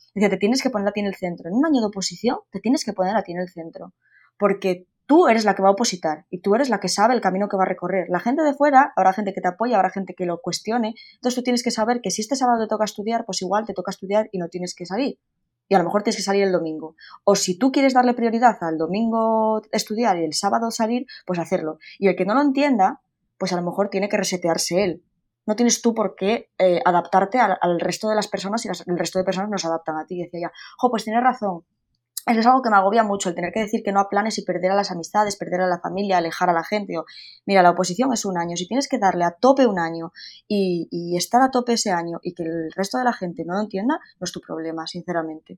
Decía, te tienes que poner a ti en el centro. En un año de oposición, te tienes que poner a ti en el centro. Porque tú eres la que va a opositar y tú eres la que sabe el camino que va a recorrer. La gente de fuera, habrá gente que te apoya, habrá gente que lo cuestione. Entonces tú tienes que saber que si este sábado te toca estudiar, pues igual te toca estudiar y no tienes que salir. Y a lo mejor tienes que salir el domingo. O si tú quieres darle prioridad al domingo estudiar y el sábado salir, pues hacerlo. Y el que no lo entienda, pues a lo mejor tiene que resetearse él. No tienes tú por qué adaptarte al resto de las personas y el resto de personas nos adaptan a ti. Y decía ya, pues tienes razón. Es algo que me agobia mucho, el tener que decir que no a planes y perder a las amistades, perder a la familia, alejar a la gente. Mira, la oposición es un año. Si tienes que darle a tope un año y estar a tope ese año y que el resto de la gente no lo entienda, no es tu problema, sinceramente.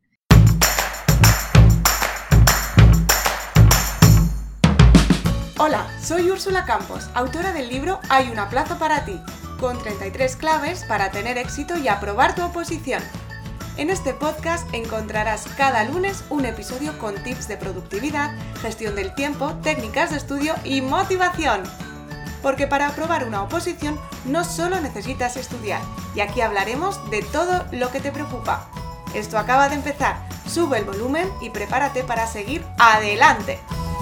Hola, soy Úrsula Campos, autora del libro Hay una plaza para ti, con 33 claves para tener éxito y aprobar tu oposición. En este podcast encontrarás cada lunes un episodio con tips de productividad, gestión del tiempo, técnicas de estudio y motivación. Porque para aprobar una oposición no solo necesitas estudiar, y aquí hablaremos de todo lo que te preocupa. Esto acaba de empezar, sube el volumen y prepárate para seguir adelante.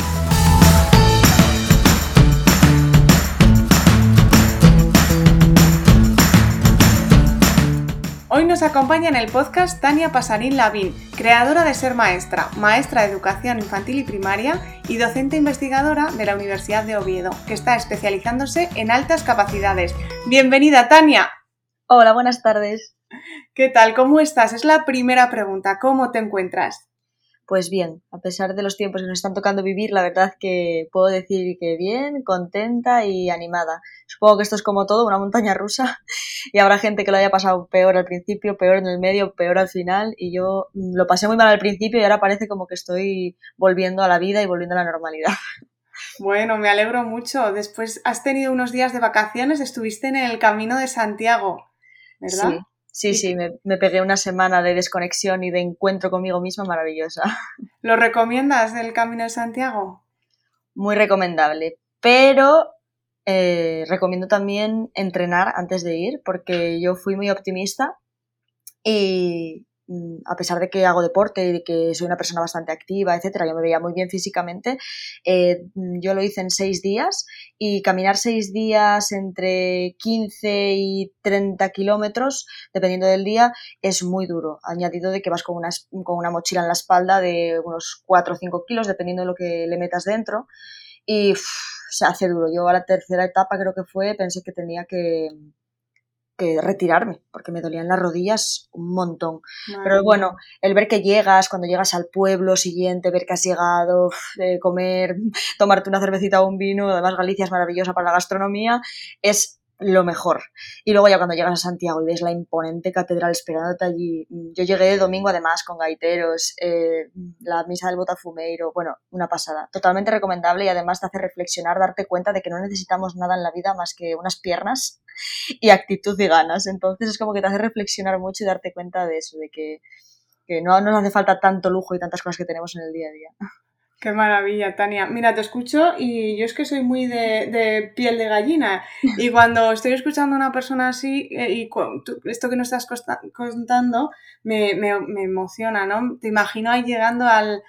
Hoy nos acompaña en el podcast Tania Pasarín Lavín, creadora de Ser Maestra, maestra de educación infantil y primaria y docente investigadora de la Universidad de Oviedo, que está especializándose en altas capacidades. ¡Bienvenida, Tania! Hola, buenas tardes. ¿Qué tal? ¿Cómo estás? Es la primera pregunta. ¿Cómo te encuentras? Pues bien, a pesar de los tiempos que nos están tocando vivir, la verdad que puedo decir que bien, contenta y animada. Supongo que esto es como todo, una montaña rusa, y habrá gente que lo haya pasado peor al principio, peor en el medio, peor al final, y yo lo pasé muy mal al principio y ahora parece como que estoy volviendo a la vida y volviendo a la normalidad. Bueno, me alegro mucho. Después has tenido unos días de vacaciones, estuviste en el Camino de Santiago, ¿verdad? Sí, me pegué una semana de desconexión y de encuentro conmigo misma maravillosa. ¿Lo recomiendas el Camino de Santiago? Muy recomendable, pero recomiendo también entrenar antes de ir porque yo fui muy optimista y a pesar de que hago deporte y de que soy una persona bastante activa, etcétera, yo me veía muy bien físicamente, yo lo hice en 6 días y caminar 6 días entre 15 y 30 kilómetros, dependiendo del día, es muy duro, añadido de que vas con una mochila en la espalda de unos 4 o 5 kilos, dependiendo de lo que le metas dentro, y se hace duro. Yo a la tercera etapa creo que fue, pensé que tenía que retirarme, porque me dolían las rodillas un montón. Pero bueno, el ver que llegas, cuando llegas al pueblo siguiente, ver que has llegado, comer, tomarte una cervecita o un vino, además Galicia es maravillosa para la gastronomía, es lo mejor. Y luego ya cuando llegas a Santiago y ves la imponente catedral esperándote allí, yo llegué de domingo además con gaiteros, la misa del Botafumeiro, bueno, una pasada, totalmente recomendable y además te hace reflexionar, darte cuenta de que no necesitamos nada en la vida más que unas piernas y actitud y ganas. Entonces es como que te hace reflexionar mucho y darte cuenta de eso, de que no nos hace falta tanto lujo y tantas cosas que tenemos en el día a día. Qué maravilla, Tania. Mira, te escucho y yo es que soy muy de piel de gallina y cuando estoy escuchando a una persona así esto que nos estás contando me emociona, ¿no? Te imagino ahí llegando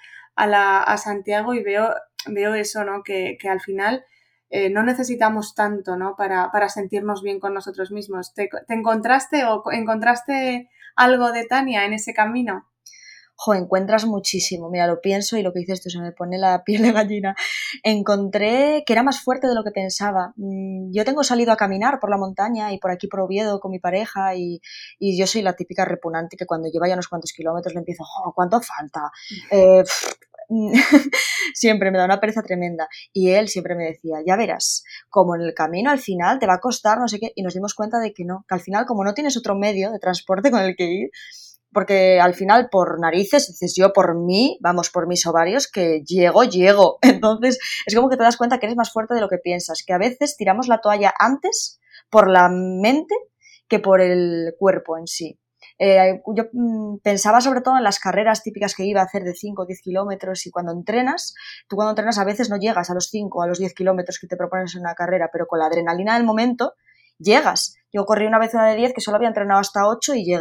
a Santiago y veo eso, ¿no? Que al final no necesitamos tanto, ¿no? Para sentirnos bien con nosotros mismos. ¿Te encontraste o encontraste algo de Tania en ese camino? Encuentras muchísimo, mira, lo pienso y lo que dices tú, se me pone la piel de gallina. Encontré que era más fuerte de lo que pensaba. Yo tengo salido a caminar por la montaña y por aquí por Oviedo con mi pareja y yo soy la típica repugnante que cuando lleva ya unos cuantos kilómetros le empiezo, ¿cuánto falta? Siempre me da una pereza tremenda y él siempre me decía, ya verás, como en el camino al final te va a costar no sé qué, y nos dimos cuenta de que no, que al final como no tienes otro medio de transporte con el que ir, porque al final por narices, dices yo por mí, vamos, por mis ovarios, que llego. Entonces es como que te das cuenta que eres más fuerte de lo que piensas, que a veces tiramos la toalla antes por la mente que por el cuerpo en sí. Yo pensaba sobre todo en las carreras típicas que iba a hacer de 5 o 10 kilómetros y tú cuando entrenas a veces no llegas a los 5 o a los 10 kilómetros que te propones en una carrera, pero con la adrenalina del momento llegas. Yo corrí una vez una de 10 que solo había entrenado hasta 8 y llegué.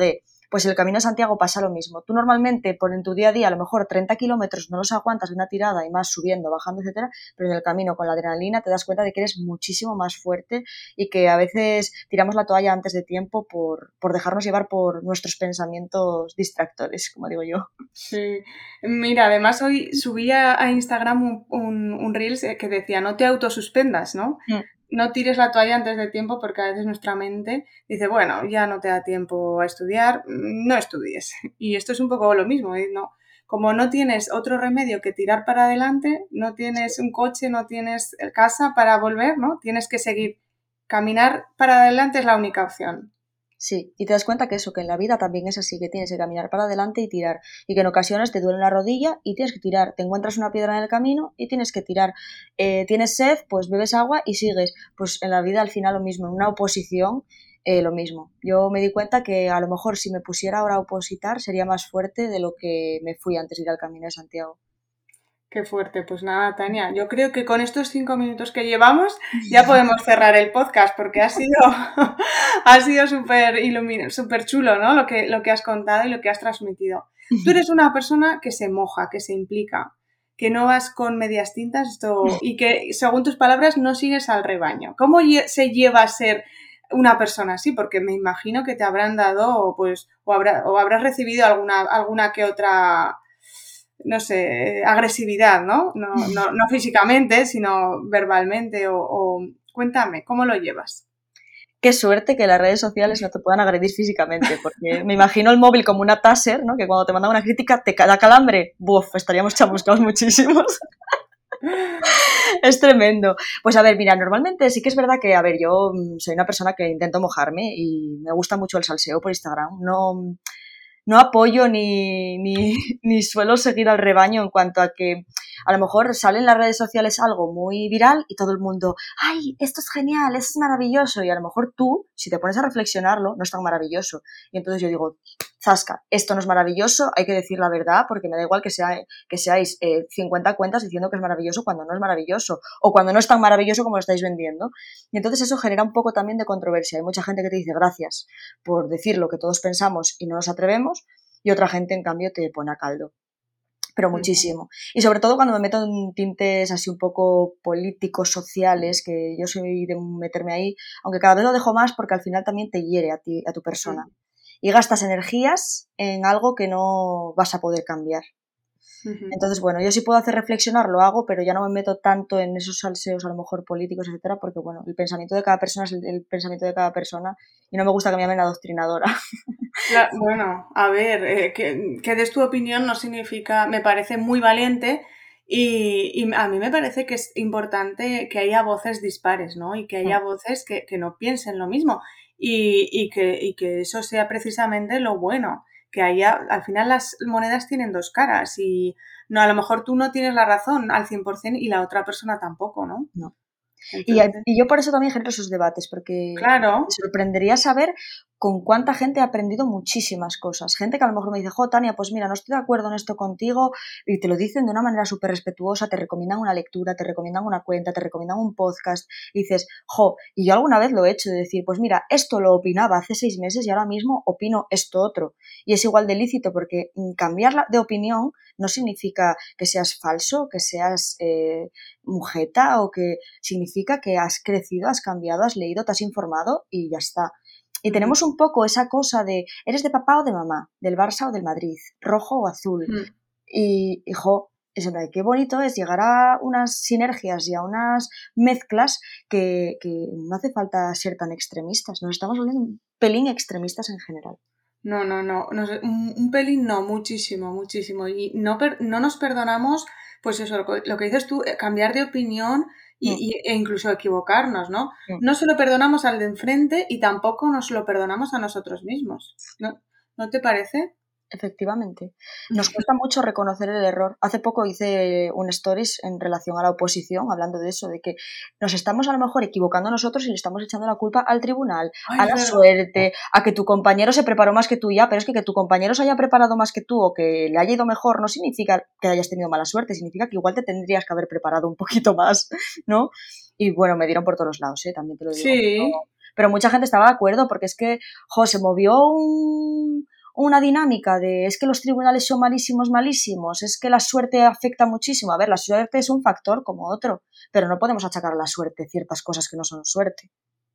Pues el Camino de Santiago pasa lo mismo. Tú normalmente, en tu día a día, a lo mejor 30 kilómetros no los aguantas de una tirada y más subiendo, bajando, etcétera, pero en el camino con la adrenalina te das cuenta de que eres muchísimo más fuerte y que a veces tiramos la toalla antes de tiempo por dejarnos llevar por nuestros pensamientos distractores, como digo yo. Sí, mira, además hoy subí a Instagram un Reels que decía, no te autosuspendas, ¿no? Mm. No tires la toalla antes de tiempo porque a veces nuestra mente dice, bueno, ya no te da tiempo a estudiar, no estudies. Y esto es un poco lo mismo, ¿eh? No, como no tienes otro remedio que tirar para adelante, no tienes un coche, no tienes casa para volver, ¿no? Tienes que seguir. Caminar para adelante es la única opción. Sí, y te das cuenta que eso, que en la vida también es así, que tienes que caminar para adelante y tirar, y que en ocasiones te duele la rodilla y tienes que tirar, te encuentras una piedra en el camino y tienes que tirar, tienes sed, pues bebes agua y sigues, pues en la vida al final lo mismo, en una oposición lo mismo. Yo me di cuenta que a lo mejor si me pusiera ahora a opositar sería más fuerte de lo que me fui antes de ir al Camino de Santiago. Qué fuerte. Pues nada, Tania, yo creo que con estos 5 minutos que llevamos ya podemos cerrar el podcast porque ha sido, ha sido súper chulo, ¿no? Lo que has contado y lo que has transmitido. Tú eres una persona que se moja, que se implica, que no vas con medias tintas y que, según tus palabras, no sigues al rebaño. ¿Cómo se lleva a ser una persona así? Porque me imagino que te habrán dado, pues, o habrás recibido alguna que otra, no sé, agresividad, ¿no? No físicamente, sino verbalmente o cuéntame, ¿cómo lo llevas? Qué suerte que las redes sociales no te puedan agredir físicamente, porque me imagino el móvil como una taser, ¿no? Que cuando te mandan una crítica te da calambre. Buf, estaríamos chamuscados muchísimos. Es tremendo. Pues a ver, mira, normalmente sí que es verdad que, a ver, yo soy una persona que intento mojarme y me gusta mucho el salseo por Instagram. No apoyo ni suelo seguir al rebaño en cuanto a que a lo mejor sale en las redes sociales algo muy viral y todo el mundo, ¡ay, esto es genial, esto es maravilloso! Y a lo mejor tú, si te pones a reflexionarlo, no es tan maravilloso. Y entonces yo digo, zasca, esto no es maravilloso, hay que decir la verdad, porque me da igual que seáis 50 cuentas diciendo que es maravilloso cuando no es maravilloso, o cuando no es tan maravilloso como lo estáis vendiendo. Y entonces eso genera un poco también de controversia. Hay mucha gente que te dice gracias por decir lo que todos pensamos y no nos atrevemos, y otra gente, en cambio, te pone a caldo. Pero muchísimo. Y sobre todo cuando me meto en tintes así un poco políticos, sociales, que yo soy de meterme ahí, aunque cada vez lo dejo más porque al final también te hiere a ti, a tu persona. Y gastas energías en algo que no vas a poder cambiar. Entonces, bueno, yo sí puedo hacer reflexionar, lo hago, pero ya no me meto tanto en esos salseos a lo mejor políticos, etcétera, porque bueno, el pensamiento de cada persona es el pensamiento de cada persona y no me gusta que me llamen adoctrinadora. Bueno, a ver, que des tu opinión no significa, me parece muy valiente y a mí me parece que es importante que haya voces dispares, ¿no? Y que haya voces que no piensen lo mismo y que eso sea precisamente lo bueno, que haya, al final las monedas tienen dos caras y no, a lo mejor tú no tienes la razón al 100% y la otra persona tampoco, ¿no? No. Entonces, Y yo por eso también genero esos debates, porque me claro. sorprendería saber con cuánta gente he aprendido muchísimas cosas. Gente que a lo mejor me dice, jo, Tania, pues mira, no estoy de acuerdo en esto contigo, y te lo dicen de una manera súper respetuosa, te recomiendan una lectura, te recomiendan una cuenta, te recomiendan un podcast, y dices, jo, y yo alguna vez lo he hecho, de decir, pues mira, esto lo opinaba hace 6 meses y ahora mismo opino esto otro. Y es igual de lícito, porque cambiar de opinión no significa que seas falso, que seas mujeta, o que significa que has crecido, has cambiado, has leído, te has informado y ya está. Y tenemos un poco esa cosa de, ¿eres de papá o de mamá? ¿Del Barça o del Madrid? ¿Rojo o azul? Y, hijo, qué bonito es llegar a unas sinergias y a unas mezclas que no hace falta ser tan extremistas. Nos estamos volviendo un pelín extremistas en general. No sé, un pelín no, muchísimo, muchísimo. Y no nos perdonamos, pues eso, lo que dices tú, cambiar de opinión e incluso equivocarnos, ¿no? No se lo perdonamos al de enfrente y tampoco nos lo perdonamos a nosotros mismos. ¿No te parece? Efectivamente. Nos cuesta mucho reconocer el error. Hace poco hice un stories en relación a la oposición, hablando de eso, de que nos estamos a lo mejor equivocando nosotros y le estamos echando la culpa al tribunal, Ay, a es la verdad. suerte, a que tu compañero se preparó más que tú ya, pero es que tu compañero se haya preparado más que tú o que le haya ido mejor no significa que hayas tenido mala suerte, significa que igual te tendrías que haber preparado un poquito más, ¿no? Y bueno, me dieron por todos lados, también te lo digo. Sí. Pero mucha gente estaba de acuerdo porque es que, se movió una dinámica de es que los tribunales son malísimos, malísimos, es que la suerte afecta muchísimo. A ver, la suerte es un factor como otro, pero no podemos achacar a la suerte ciertas cosas que no son suerte.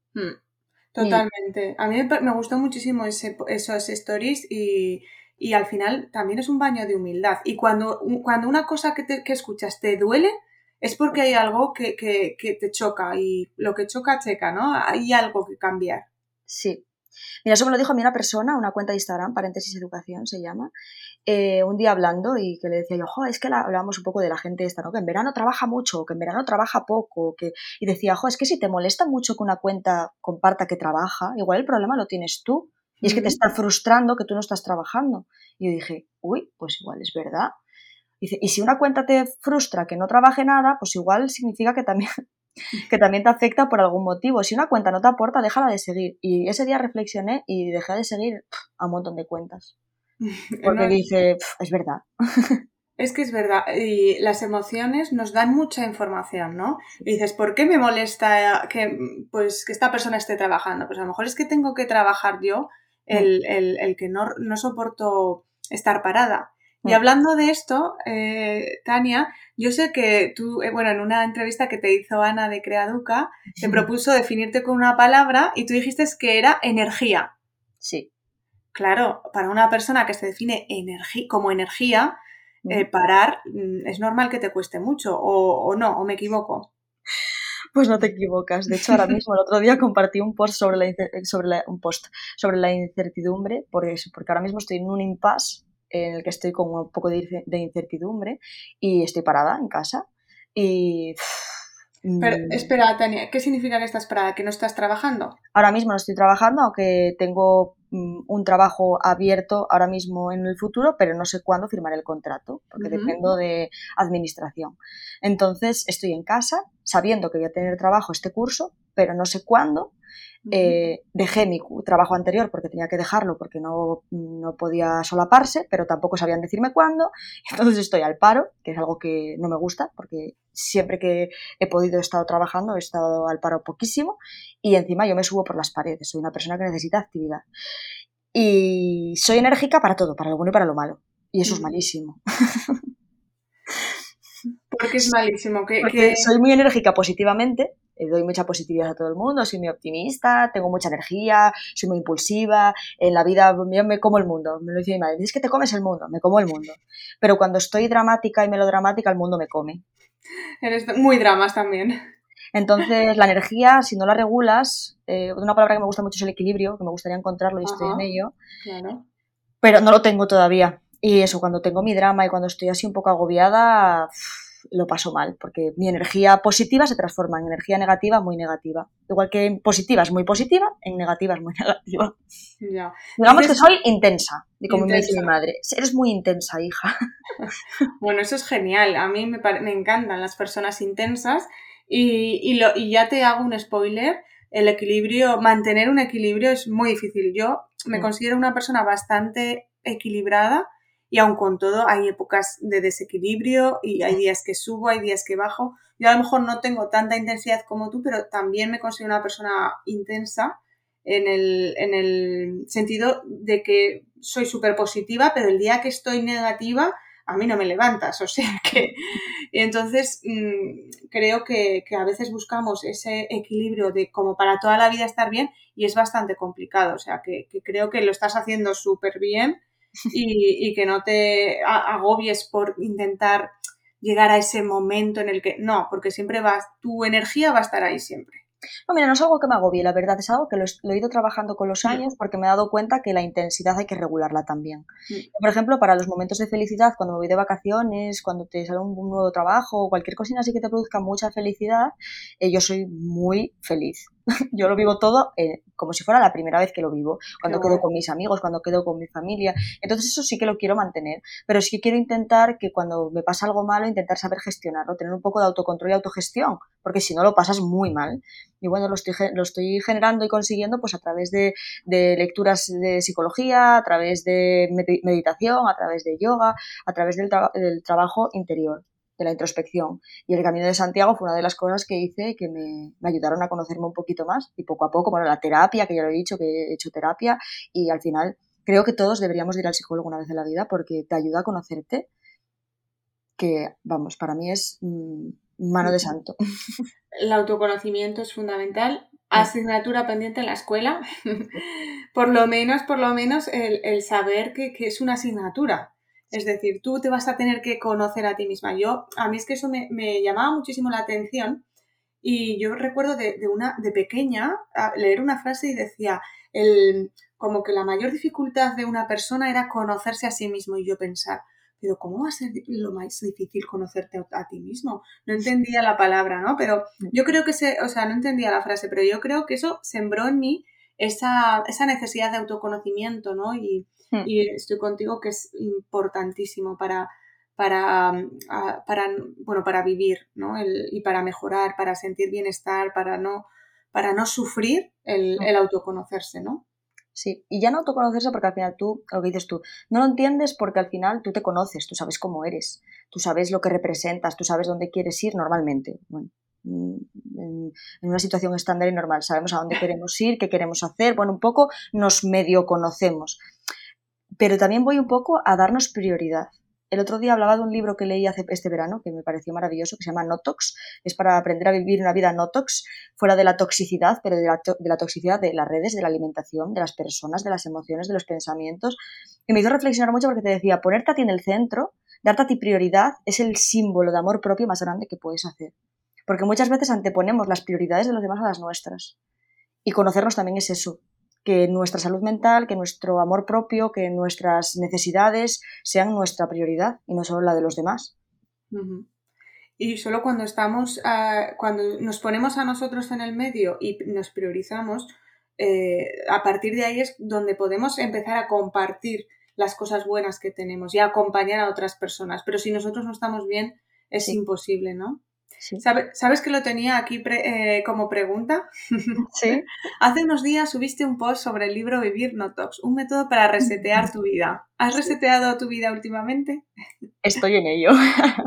Y Totalmente. A mí me gustó muchísimo esos stories y al final también es un baño de humildad. Y cuando una cosa que escuchas te duele, es porque hay algo que te choca y lo que choca, checa, ¿no? Hay algo que cambiar. sí. Mira, eso me lo dijo a mí una persona, una cuenta de Instagram, paréntesis educación se llama, un día hablando y que le decía yo, es que hablábamos un poco de la gente esta, ¿no? Que en verano trabaja mucho, que en verano trabaja poco, y decía, es que si te molesta mucho que una cuenta comparta que trabaja, igual el problema lo tienes tú, y es que te está frustrando que tú no estás trabajando. Y yo dije, pues igual es verdad. Dice, y si una cuenta te frustra que no trabaje nada, pues igual significa que también te afecta por algún motivo. Si una cuenta no te aporta, déjala de seguir. Y ese día reflexioné y dejé de seguir a un montón de cuentas. Porque No, dije, es verdad. es que es verdad, y las emociones nos dan mucha información, ¿no? Y dices, ¿por qué me molesta que esta persona esté trabajando? Pues a lo mejor es que tengo que trabajar yo el que no soporto estar parada. Y hablando de esto, Tania, yo sé que tú, en una entrevista que te hizo Ana de Creaduca, te propuso definirte con una palabra y tú dijiste que era energía. Sí. Claro, para una persona que se define como energía, parar es normal que te cueste mucho, o no, o me equivoco. Pues no te equivocas. De hecho, ahora mismo, el otro día compartí un post sobre la incertidumbre, porque ahora mismo estoy en un impasse en el que estoy con un poco de incertidumbre y estoy parada en casa. Y Pero espera, Tania, ¿qué significa que estás parada? ¿Que no estás trabajando? ahora mismo no estoy trabajando, aunque tengo un trabajo abierto ahora mismo en el futuro, pero no sé cuándo firmaré el contrato, porque dependo de administración. Entonces estoy en casa, sabiendo que voy a tener trabajo este curso, pero no sé cuándo. Dejé mi trabajo anterior porque tenía que dejarlo porque no podía solaparse, pero tampoco sabían decirme cuándo. Entonces estoy al paro, que es algo que no me gusta porque siempre que he podido he estado trabajando, he estado al paro poquísimo y encima yo me subo por las paredes, soy una persona que necesita actividad. Y soy enérgica para todo, para lo bueno y para lo malo. Y eso es malísimo. Porque es malísimo. Porque soy muy enérgica positivamente, doy mucha positividad a todo el mundo, soy muy optimista, tengo mucha energía, soy muy impulsiva, en la vida yo me como el mundo, me lo dice mi madre, es que te comes el mundo, me como el mundo. Pero cuando estoy dramática y melodramática, el mundo me come. Eres muy dramas también. Entonces, la energía, si no la regulas, una palabra que me gusta mucho es el equilibrio, que me gustaría encontrarlo y estoy en ello, Claro. pero no lo tengo todavía. Y eso, cuando tengo mi drama y cuando estoy así un poco agobiada, lo paso mal, porque mi energía positiva se transforma en energía negativa muy negativa. Igual que en positiva es muy positiva, en negativa es muy negativa. Ya. Digamos que soy intensa, y como me dice Intensa. mi madre, eres muy intensa, hija. Bueno, eso es genial. A mí me encantan las personas intensas y ya te hago un spoiler. El equilibrio, mantener un equilibrio es muy difícil. Yo me considero una persona bastante equilibrada y aun con todo hay épocas de desequilibrio y hay días que subo, hay días que bajo. Yo a lo mejor no tengo tanta intensidad como tú, pero también me considero una persona intensa en el sentido de que soy súper positiva, pero el día que estoy negativa a mí no me levantas, o sea que... Y entonces creo que a veces buscamos ese equilibrio de como para toda la vida estar bien y es bastante complicado, o sea que creo que lo estás haciendo súper bien y que no te agobies por intentar llegar a ese momento en el que... No, porque siempre tu energía va a estar ahí siempre. No, mira, no es algo que me agobie, la verdad, es algo que lo he ido trabajando con los años porque me he dado cuenta que la intensidad hay que regularla también. Por ejemplo, para los momentos de felicidad, cuando me voy de vacaciones, cuando te sale un nuevo trabajo o cualquier cosina así que te produzca mucha felicidad, yo soy muy feliz. Yo lo vivo todo como si fuera la primera vez que lo vivo, cuando quedo con mis amigos, cuando quedo con mi familia. Entonces eso sí que lo quiero mantener, pero sí que quiero intentar que cuando me pasa algo malo, intentar saber gestionarlo, tener un poco de autocontrol y autogestión, porque si no lo pasas muy mal. Y bueno, lo estoy generando y consiguiendo pues a través de lecturas de psicología, a través de meditación, a través de yoga, a través del trabajo interior, de la introspección. Y el Camino de Santiago fue una de las cosas que hice que me ayudaron a conocerme un poquito más y poco a poco, bueno, la terapia, que ya lo he dicho, que he hecho terapia y al final Creo que todos deberíamos ir al psicólogo una vez en la vida porque te ayuda a conocerte, que, vamos, para mí es mano de santo. El autoconocimiento es fundamental. Asignatura pendiente en la escuela. Por lo menos el saber que es una asignatura. Es decir, tú te vas a tener que conocer a ti misma. A mí es que eso me llamaba muchísimo la atención y yo recuerdo de pequeña leer una frase y decía como que la mayor dificultad de una persona era conocerse a sí mismo y yo pensar, pero ¿cómo va a ser lo más difícil conocerte a ti mismo? No entendía la palabra, ¿no? Pero yo creo que no entendía la frase, pero yo creo que eso sembró en mí esa necesidad de autoconocimiento, ¿no? Y estoy contigo que es importantísimo para vivir, ¿no? Y para mejorar, para sentir bienestar, para no sufrir el autoconocerse, ¿no? Sí, y ya no autoconocerse porque al final tú, lo que dices tú, no lo entiendes porque al final tú te conoces, tú sabes cómo eres, tú sabes lo que representas, tú sabes dónde quieres ir normalmente. Bueno, en una situación estándar y normal, sabemos a dónde queremos ir, qué queremos hacer, bueno, un poco nos medio conocemos. Pero también voy un poco a darnos prioridad. El otro día hablaba de un libro que leí este verano, que me pareció maravilloso, que se llama No Tox. Es para aprender a vivir una vida no tox, fuera de la toxicidad, pero de la toxicidad de las redes, de la alimentación, de las personas, de las emociones, de los pensamientos. Y me hizo reflexionar mucho porque te decía, ponerte a ti en el centro, darte a ti prioridad, es el símbolo de amor propio más grande que puedes hacer. Porque muchas veces anteponemos las prioridades de los demás a las nuestras. Y conocernos también es eso, que nuestra salud mental, que nuestro amor propio, que nuestras necesidades sean nuestra prioridad y no solo la de los demás. Uh-huh. Y solo cuando cuando nos ponemos a nosotros en el medio y nos priorizamos, a partir de ahí es donde podemos empezar a compartir las cosas buenas que tenemos y a acompañar a otras personas. Pero si nosotros no estamos bien, es imposible, ¿no? Sí. ¿Sabes que lo tenía aquí como pregunta? Sí. Hace unos días subiste un post sobre el libro Vivir No Tox, un método para resetear tu vida. ¿Has reseteado tu vida últimamente? Estoy en ello.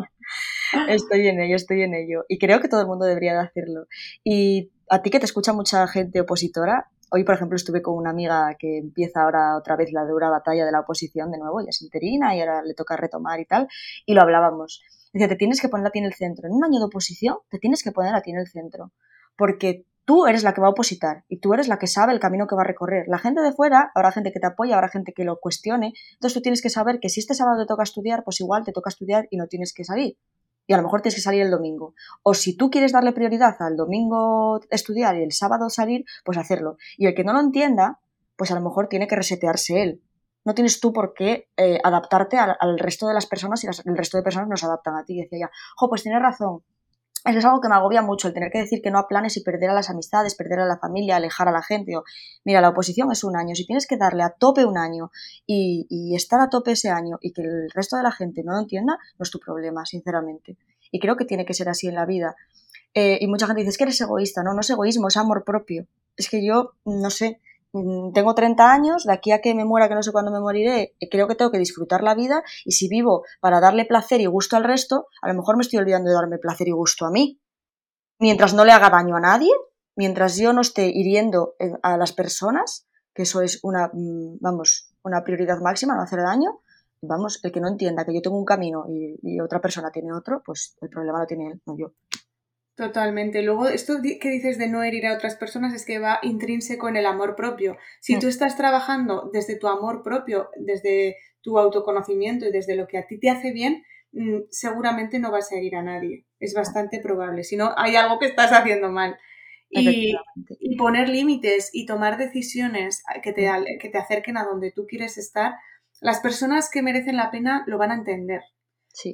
Estoy en ello. Y creo que todo el mundo debería de hacerlo. Y a ti que te escucha mucha gente opositora, hoy por ejemplo estuve con una amiga que empieza ahora otra vez la dura batalla de la oposición de nuevo, ella es interina y ahora le toca retomar y tal, y lo hablábamos. Decía, te tienes que poner a ti en el centro. En un año de oposición te tienes que poner a ti en el centro. Porque tú eres la que va a opositar y tú eres la que sabe el camino que va a recorrer. La gente de fuera, habrá gente que te apoya, habrá gente que lo cuestione. Entonces tú tienes que saber que si este sábado te toca estudiar, pues igual te toca estudiar y no tienes que salir. Y a lo mejor tienes que salir el domingo. O si tú quieres darle prioridad al domingo estudiar y el sábado salir, pues hacerlo. Y el que no lo entienda, pues a lo mejor tiene que resetearse él. No tienes tú por qué adaptarte al resto de las personas y el resto de personas nos adaptan a ti. Y decía ya, pues tienes razón. Eso es algo que me agobia mucho, el tener que decir que no a planes y perder a las amistades, perder a la familia, alejar a la gente. Mira, la oposición es un año, si tienes que darle a tope un año y estar a tope ese año y que el resto de la gente no lo entienda, no es tu problema, sinceramente. Y creo que tiene que ser así en la vida. Y mucha gente dice, es que eres egoísta. No, no es egoísmo, es amor propio. Es que yo, no sé, tengo 30 años, de aquí a que me muera, que no sé cuándo me moriré, creo que tengo que disfrutar la vida y si vivo para darle placer y gusto al resto, a lo mejor me estoy olvidando de darme placer y gusto a mí. Mientras no le haga daño a nadie, mientras yo no esté hiriendo a las personas, que eso es una prioridad máxima, no hacer daño, vamos, el que no entienda que yo tengo un camino y otra persona tiene otro, pues el problema lo tiene él, no yo. Totalmente. Luego, esto que dices de no herir a otras personas es que va intrínseco en el amor propio. Si tú estás trabajando desde tu amor propio, desde tu autoconocimiento y desde lo que a ti te hace bien, seguramente no vas a herir a nadie. Es bastante probable. Si no, hay algo que estás haciendo mal. Y poner límites y tomar decisiones que te acerquen a donde tú quieres estar, las personas que merecen la pena lo van a entender. Sí.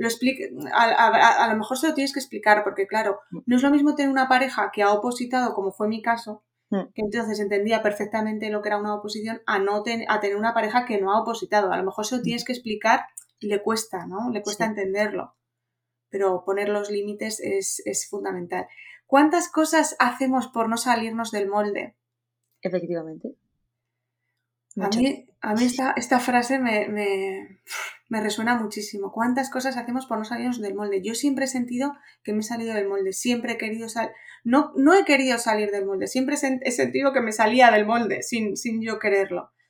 A lo mejor se lo tienes que explicar porque, claro, no es lo mismo tener una pareja que ha opositado, como fue mi caso, que entonces entendía perfectamente lo que era una oposición, a tener una pareja que no ha opositado. A lo mejor se lo tienes que explicar y le cuesta, ¿no? Le cuesta entenderlo. Pero poner los límites es fundamental. ¿Cuántas cosas hacemos por no salirnos del molde? Efectivamente. A mí esta frase me resuena muchísimo. ¿Cuántas cosas hacemos por no salirnos del molde? Yo siempre he sentido que me he salido del molde. Siempre he querido no he querido salir del molde. Siempre he sentido que me salía del molde sin yo quererlo.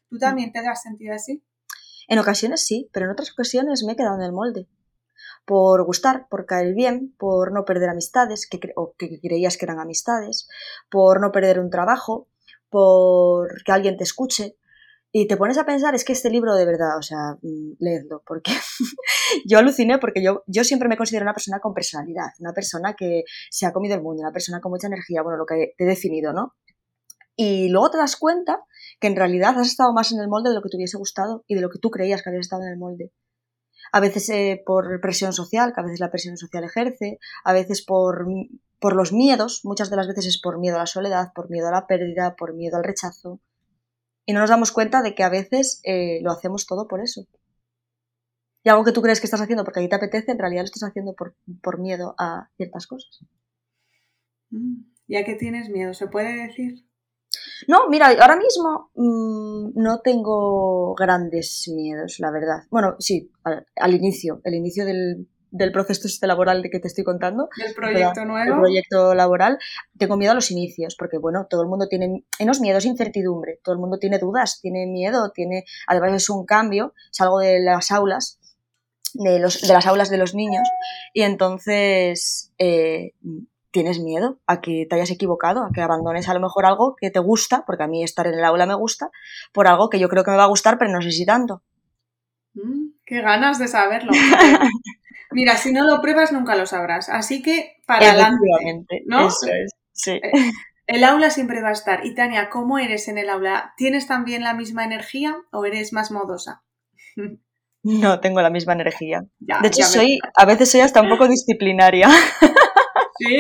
¿Tú también te has sentido así? En ocasiones sí, pero en otras ocasiones me he quedado en el molde. Por gustar, por caer bien, por no perder amistades, o que creías que eran amistades, por no perder un trabajo, por que alguien te escuche. Y te pones a pensar, es que este libro de verdad, o sea, leedlo, porque yo aluciné porque yo siempre me considero una persona con personalidad, una persona que se ha comido el mundo, una persona con mucha energía, bueno, lo que te he definido, ¿no? Y luego te das cuenta que en realidad has estado más en el molde de lo que te hubiese gustado y de lo que tú creías que habías estado en el molde. A veces por presión social, que a veces la presión social ejerce, a veces por los miedos, muchas de las veces es por miedo a la soledad, por miedo a la pérdida, por miedo al rechazo. Y no nos damos cuenta de que a veces lo hacemos todo por eso. Y algo que tú crees que estás haciendo porque a ti te apetece, en realidad lo estás haciendo por miedo a ciertas cosas. ¿Y a qué tienes miedo? ¿Se puede decir? No, mira, ahora mismo no tengo grandes miedos, la verdad. Bueno, sí, al inicio, el inicio del proceso laboral de que te estoy contando, ¿Del proyecto nuevo? el proyecto laboral, tengo miedo a los inicios, porque bueno, todo el mundo tiene, menos miedo, es incertidumbre, todo el mundo tiene dudas, tiene miedo, además es un cambio, salgo de las aulas, de las aulas de los niños, y entonces tienes miedo a que te hayas equivocado, a que abandones a lo mejor algo que te gusta, porque a mí estar en el aula me gusta, por algo que yo creo que me va a gustar, pero no sé si tanto. ¡Qué ganas de saberlo! Mira, si no lo pruebas nunca lo sabrás, así que para adelante, ¿no? Eso es, sí. El aula siempre va a estar. Y Tania, ¿cómo eres en el aula? ¿Tienes también la misma energía o eres más modosa? No tengo la misma energía. Ya, de hecho, ya a veces soy hasta un poco disciplinaria. Sí,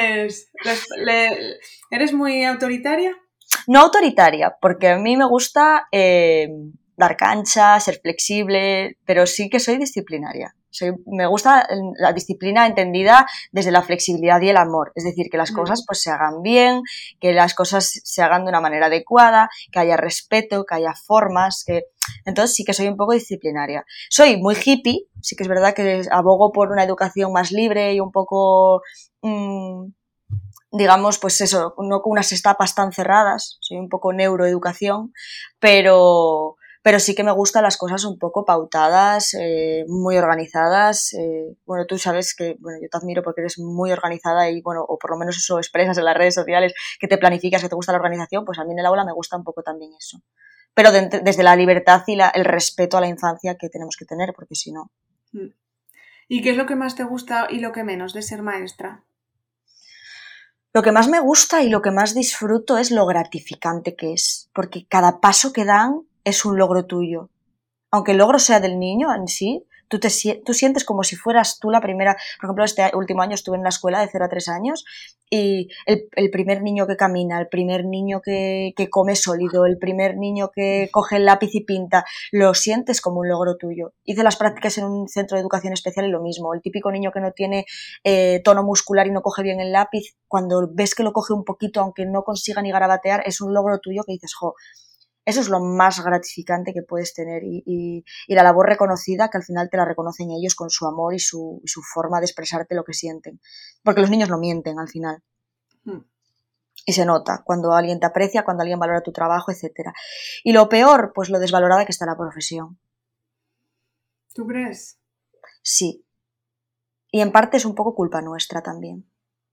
¿eres muy autoritaria? No autoritaria, porque a mí me gusta dar cancha, ser flexible, pero sí que soy disciplinaria. Me gusta la disciplina entendida desde la flexibilidad y el amor, es decir, que las cosas pues se hagan bien, que las cosas se hagan de una manera adecuada, que haya respeto, que haya formas, entonces sí que soy un poco disciplinaria. Soy muy hippie, sí que es verdad que abogo por una educación más libre y un poco digamos, pues eso, no con unas etapas tan cerradas, soy un poco neuroeducación, pero sí que me gustan las cosas un poco pautadas, muy organizadas. Bueno, tú sabes que, bueno, yo te admiro porque eres muy organizada y, bueno, o por lo menos eso expresas en las redes sociales, que te planificas, que te gusta la organización, pues a mí en el aula me gusta un poco también eso. Pero desde la libertad y el respeto a la infancia que tenemos que tener, porque si no... ¿Y qué es lo que más te gusta y lo que menos de ser maestra? Lo que más me gusta y lo que más disfruto es lo gratificante que es, porque cada paso que dan es un logro tuyo. Aunque el logro sea del niño en sí, tú sientes como si fueras tú la primera. Por ejemplo, este último año estuve en la escuela de 0 a 3 años y el primer niño que camina, el primer niño que come sólido, el primer niño que coge el lápiz y pinta, lo sientes como un logro tuyo. Hice las prácticas en un centro de educación especial y lo mismo. El típico niño que no tiene tono muscular y no coge bien el lápiz, cuando ves que lo coge un poquito, aunque no consiga ni garabatear, es un logro tuyo que dices, jo, eso es lo más gratificante que puedes tener y la labor reconocida que al final te la reconocen ellos con su amor y su forma de expresarte lo que sienten. Porque los niños no mienten al final. Y se nota cuando alguien te aprecia, cuando alguien valora tu trabajo, etc. Y lo peor, pues lo desvalorada que está la profesión. ¿Tú crees? Sí. Y en parte es un poco culpa nuestra también.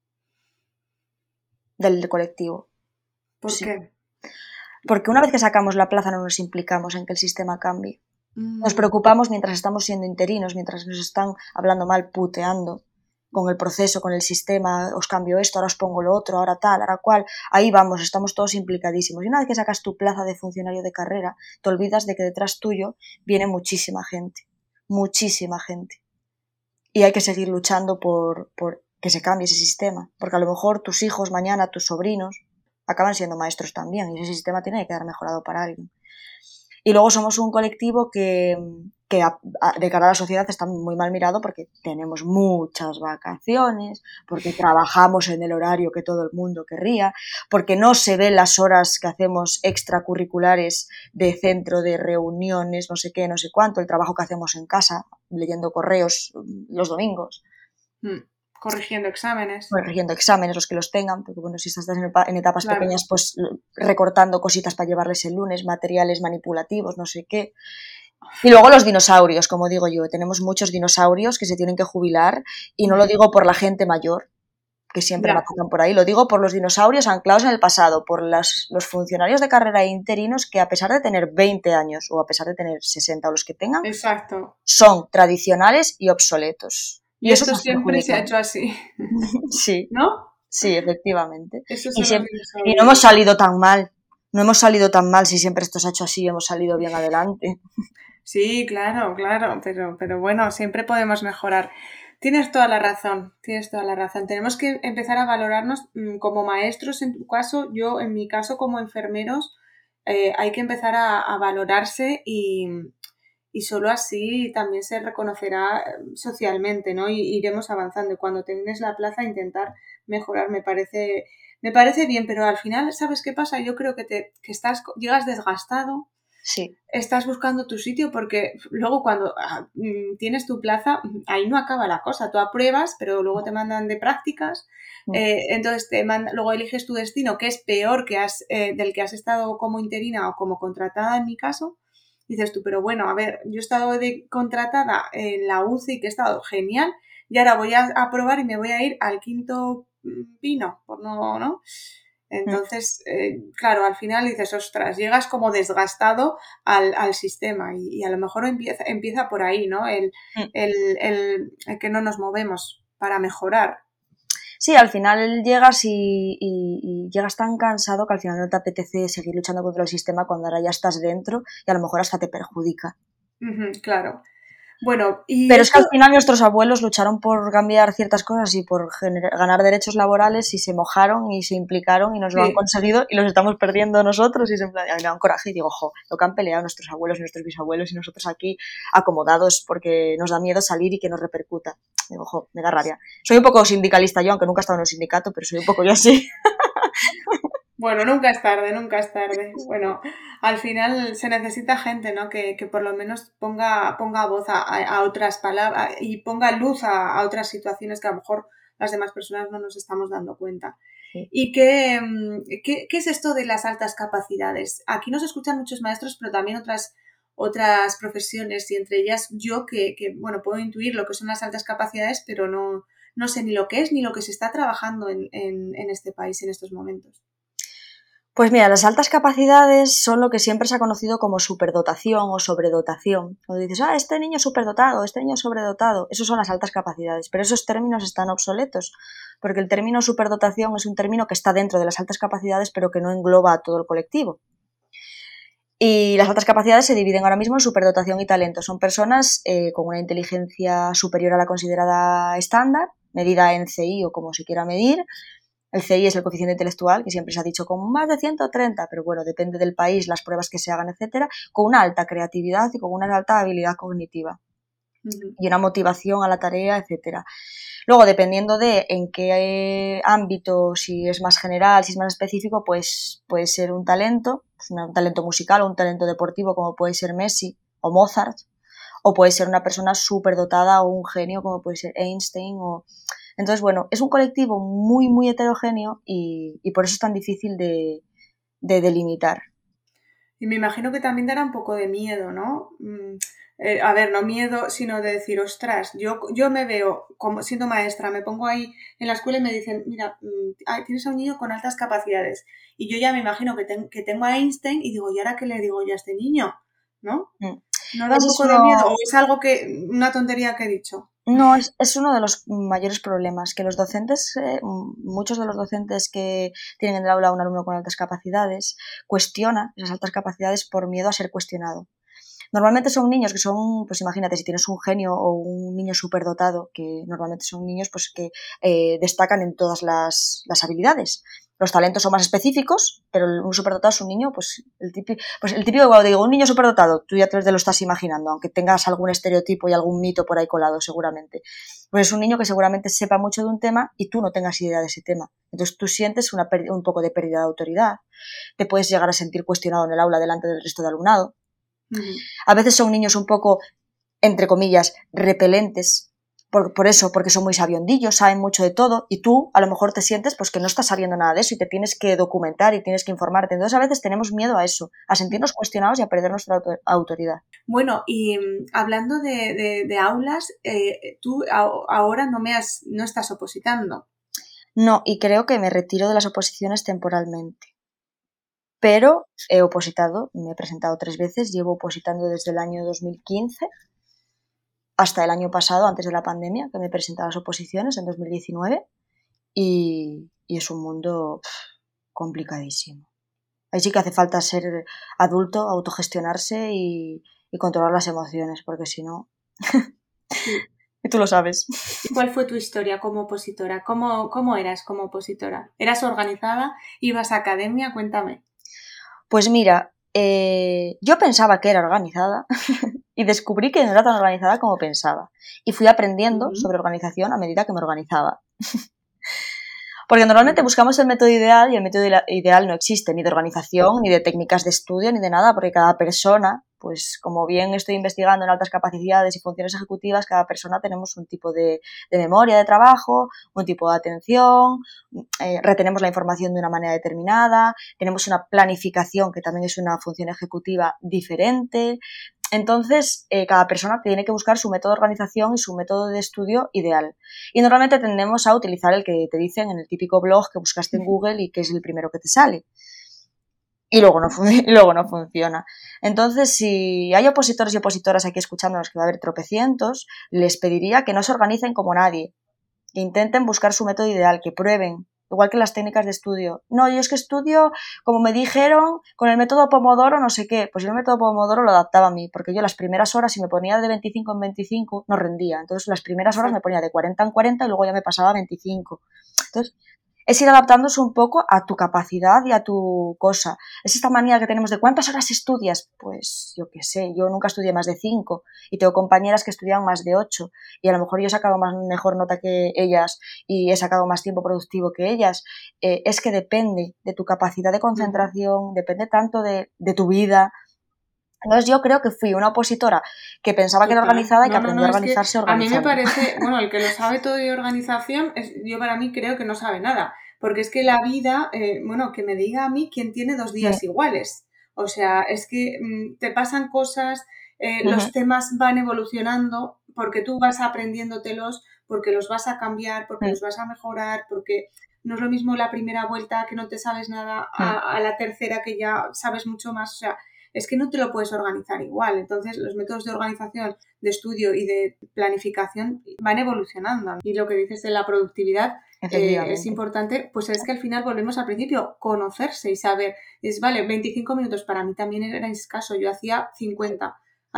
Del colectivo. ¿Por qué? Porque una vez que sacamos la plaza no nos implicamos en que el sistema cambie. Nos preocupamos mientras estamos siendo interinos, mientras nos están hablando mal, puteando con el proceso, con el sistema, os cambio esto, ahora os pongo lo otro, ahora tal, ahora cual. Ahí vamos, estamos todos implicadísimos. Y una vez que sacas tu plaza de funcionario de carrera, te olvidas de que detrás tuyo viene muchísima gente. Muchísima gente. Y hay que seguir luchando por que se cambie ese sistema. Porque a lo mejor tus hijos mañana, tus sobrinos, acaban siendo maestros también y ese sistema tiene que quedar mejorado para alguien. Y luego somos un colectivo que de cara a la sociedad está muy mal mirado porque tenemos muchas vacaciones, porque trabajamos en el horario que todo el mundo querría, porque no se ven las horas que hacemos extracurriculares de centro, de reuniones, no sé qué, no sé cuánto, el trabajo que hacemos en casa, leyendo correos los domingos. corrigiendo exámenes. Corrigiendo exámenes, los que los tengan, porque bueno, si estás en etapas Claro. pequeñas, pues recortando cositas para llevarles el lunes, materiales manipulativos, no sé qué. Y luego los dinosaurios, como digo yo, tenemos muchos dinosaurios que se tienen que jubilar, y no lo digo por la gente mayor, que siempre me atacan por ahí, lo digo por los dinosaurios anclados en el pasado, por los funcionarios de carrera e interinos que, a pesar de tener 20 años o a pesar de tener 60 o los que tengan, Exacto, son tradicionales y obsoletos. Y esto siempre se ha hecho así. Sí. ¿No? Sí, efectivamente. Eso Y, son los y no hemos salido tan mal. No hemos salido tan mal si siempre esto se ha hecho así y hemos salido bien adelante. Sí, claro, pero bueno, siempre podemos mejorar. Tienes toda la razón, tienes toda la razón. Tenemos que empezar a valorarnos como maestros, en tu caso, yo en mi caso como enfermeros, hay que empezar a valorarse y solo así también se reconocerá socialmente, ¿no? Y iremos avanzando. Y cuando tengas la plaza, intentar mejorar, me parece bien, pero al final, ¿sabes qué pasa? Yo creo que llegas desgastado. Sí. Estás buscando tu sitio porque luego cuando tienes tu plaza, ahí no acaba la cosa. Tú apruebas, pero luego te mandan de prácticas, entonces luego eliges tu destino, que es peor que del que has estado como interina o como contratada en mi caso. Dices tú, pero bueno, a ver, yo he estado contratada en la UCI, que he estado genial, y ahora voy a aprobar y me voy a ir al quinto pino, por ¿no? Entonces, claro, al final dices, ostras, llegas como desgastado al sistema y a lo mejor empieza por ahí, ¿no? El que no nos movemos para mejorar. Sí, al final llegas y llegas tan cansado que al final no te apetece seguir luchando contra el sistema cuando ahora ya estás dentro y a lo mejor hasta te perjudica. Claro. Bueno, pero es que al final nuestros abuelos lucharon por cambiar ciertas cosas y por ganar derechos laborales y se mojaron y se implicaron y nos lo han conseguido y los estamos perdiendo nosotros y me da un coraje y digo, jo, lo que han peleado nuestros abuelos y nuestros bisabuelos y nosotros aquí acomodados porque nos da miedo salir y que nos repercuta. Digo, jo, me da rabia. Soy un poco sindicalista yo, aunque nunca he estado en un sindicato, pero soy un poco yo así. Bueno, nunca es tarde, nunca es tarde. Bueno, al final se necesita gente, ¿no? Que por lo menos ponga voz a otras palabras y ponga luz a otras situaciones que a lo mejor las demás personas no nos estamos dando cuenta. Sí. ¿Y qué es esto de las altas capacidades? Aquí nos escuchan muchos maestros, pero también otras profesiones y entre ellas yo que bueno, puedo intuir lo que son las altas capacidades, pero no sé ni lo que es ni lo que se está trabajando en este país en estos momentos. Pues mira, las altas capacidades son lo que siempre se ha conocido como superdotación o sobredotación. Cuando dices, este niño es superdotado, este niño es sobredotado, esos son las altas capacidades, pero esos términos están obsoletos, porque el término superdotación es un término que está dentro de las altas capacidades, pero que no engloba a todo el colectivo. Y las altas capacidades se dividen ahora mismo en superdotación y talento. Son personas con una inteligencia superior a la considerada estándar, medida en CI o como se quiera medir. El CI es el coeficiente intelectual, que siempre se ha dicho con más de 130, pero bueno, depende del país, las pruebas que se hagan, etcétera, con una alta creatividad y con una alta habilidad cognitiva y una motivación a la tarea, etcétera. Luego, dependiendo de en qué ámbito, si es más general, si es más específico, pues puede ser un talento musical o un talento deportivo, como puede ser Messi o Mozart, o puede ser una persona superdotada o un genio, como puede ser Einstein o... Entonces, bueno, es un colectivo muy, muy heterogéneo y por eso es tan difícil de delimitar. Y me imagino que también dará un poco de miedo, ¿no? A ver, no miedo, sino de decir, ostras, yo me veo como siendo maestra, me pongo ahí en la escuela y me dicen, mira, tienes a un niño con altas capacidades. Y yo ya me imagino que tengo a Einstein y digo, ¿y ahora qué le digo yo a este niño? ¿No? ¿No da un poco de miedo? ¿O es algo una tontería que he dicho? No, es uno de los mayores problemas, que los docentes, muchos de los docentes que tienen en el aula un alumno con altas capacidades, cuestionan esas altas capacidades por miedo a ser cuestionado. Normalmente son niños que son, pues imagínate, si tienes un genio o un niño superdotado, que normalmente son niños pues que destacan en todas las habilidades. Los talentos son más específicos, pero un superdotado es un niño, pues el típico cuando digo un niño superdotado, tú ya te lo estás imaginando, aunque tengas algún estereotipo y algún mito por ahí colado seguramente. Pues es un niño que seguramente sepa mucho de un tema y tú no tengas idea de ese tema. Entonces tú sientes un poco de pérdida de autoridad, te puedes llegar a sentir cuestionado en el aula delante del resto de alumnado. A veces son niños un poco, entre comillas, repelentes, por eso, porque son muy sabiondillos, saben mucho de todo, y tú a lo mejor te sientes pues que no estás sabiendo nada de eso y te tienes que documentar y tienes que informarte. Entonces a veces tenemos miedo a eso, a sentirnos cuestionados y a perder nuestra autoridad. Bueno, y hablando de aulas, tú ahora no estás opositando. No, y creo que me retiro de las oposiciones temporalmente. Pero he opositado, me he presentado 3 veces, llevo opositando desde el año 2015 hasta el año pasado, antes de la pandemia, que me he presentado a las oposiciones en 2019, y es un mundo complicadísimo. Ahí sí que hace falta ser adulto, autogestionarse y controlar las emociones, porque si no... Sí. Y tú lo sabes. ¿Y cuál fue tu historia como opositora? ¿Cómo eras como opositora? ¿Eras organizada? ¿Ibas a academia? Cuéntame. Pues mira, yo pensaba que era organizada y descubrí que no era tan organizada como pensaba. Y fui aprendiendo sobre organización a medida que me organizaba. Porque normalmente buscamos el método ideal y el método ideal no existe, ni de organización, ni de técnicas de estudio, ni de nada, porque cada persona, pues como bien estoy investigando en altas capacidades y funciones ejecutivas, cada persona tenemos un tipo de memoria de trabajo, un tipo de atención, retenemos la información de una manera determinada, tenemos una planificación que también es una función ejecutiva diferente. Entonces, cada persona tiene que buscar su método de organización y su método de estudio ideal. Y normalmente tendemos a utilizar el que te dicen en el típico blog que buscaste en Google y que es el primero que te sale. Y luego no funciona. Entonces, si hay opositores y opositoras aquí escuchándonos, que va a haber tropecientos, les pediría que no se organicen como nadie, que intenten buscar su método ideal, que prueben. Igual que las técnicas de estudio. No, yo es que estudio, como me dijeron, con el método Pomodoro, no sé qué. Pues yo el método Pomodoro lo adaptaba a mí, porque yo las primeras horas, si me ponía de 25 en 25, no rendía. Entonces las primeras horas me ponía de 40 en 40 y luego ya me pasaba a 25. Entonces es ir adaptándose un poco a tu capacidad y a tu cosa. Es esta manía que tenemos de ¿cuántas horas estudias? Pues yo qué sé, yo nunca estudié más de 5 y tengo compañeras que estudian más de 8 y a lo mejor yo he sacado mejor nota que ellas y he sacado más tiempo productivo que ellas. Es que depende de tu capacidad de concentración, depende tanto de tu vida. Entonces yo creo que fui una opositora que pensaba que era organizada y que aprendió a organizarse organizando. A mí me parece, bueno, el que lo sabe todo de organización, yo para mí creo que no sabe nada, porque es que la vida, bueno, que me diga a mí quién tiene 2 días iguales. O sea, es que te pasan cosas, los temas van evolucionando porque tú vas aprendiéndotelos, porque los vas a cambiar, porque los vas a mejorar, porque no es lo mismo la primera vuelta que no te sabes nada a la tercera que ya sabes mucho más, o sea, es que no te lo puedes organizar igual. Entonces, los métodos de organización, de estudio y de planificación van evolucionando. Y lo que dices de la productividad es importante, pues es que al final volvemos al principio, conocerse y saber, vale, 25 minutos para mí también era escaso, yo hacía 50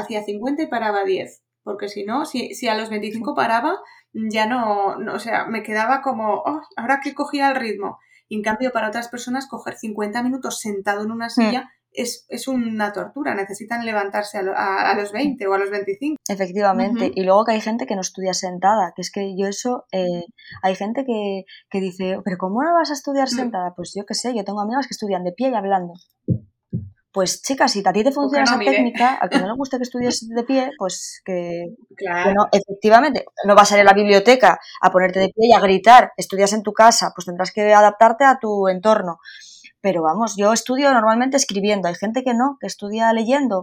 y paraba 10, porque si no, si a los 25 paraba, ya no, o sea, me quedaba como, ahora que cogía el ritmo. Y en cambio, para otras personas, coger 50 minutos sentado en una silla es una tortura, necesitan levantarse a los 20 o a los 25. Efectivamente, y luego que hay gente que no estudia sentada, que es que yo eso, hay gente que dice, pero ¿cómo no vas a estudiar sentada? Pues yo qué sé, yo tengo amigas que estudian de pie y hablando. Pues chicas, si a ti te funciona esa técnica, al que no le guste que estudies de pie, pues que no, efectivamente, no vas a ir a la biblioteca a ponerte de pie y a gritar, estudias en tu casa, pues tendrás que adaptarte a tu entorno. Pero vamos, yo estudio normalmente escribiendo, hay gente que no, que estudia leyendo.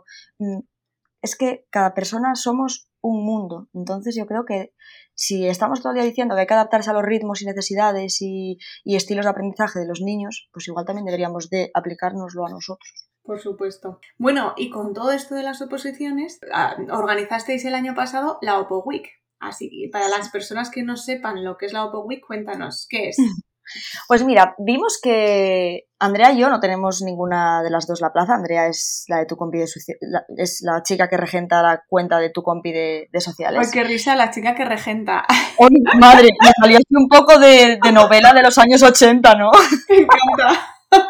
Es que cada persona somos un mundo, entonces yo creo que si estamos todo el día diciendo que hay que adaptarse a los ritmos y necesidades y estilos de aprendizaje de los niños, pues igual también deberíamos de aplicárnoslo a nosotros. Por supuesto. Bueno, y con todo esto de las oposiciones, organizasteis el año pasado la Oppo Week. Así que para las personas que no sepan lo que es la Oppo Week, cuéntanos, ¿qué es? Pues mira, vimos que Andrea y yo no tenemos ninguna de las dos la plaza. Andrea es la de tu compi es la chica que regenta la cuenta de tu compi de sociales. ¡Ay, qué risa la chica que regenta! ¡Oh, madre! Me salió así un poco de novela de los años 80, ¿no? Me encanta.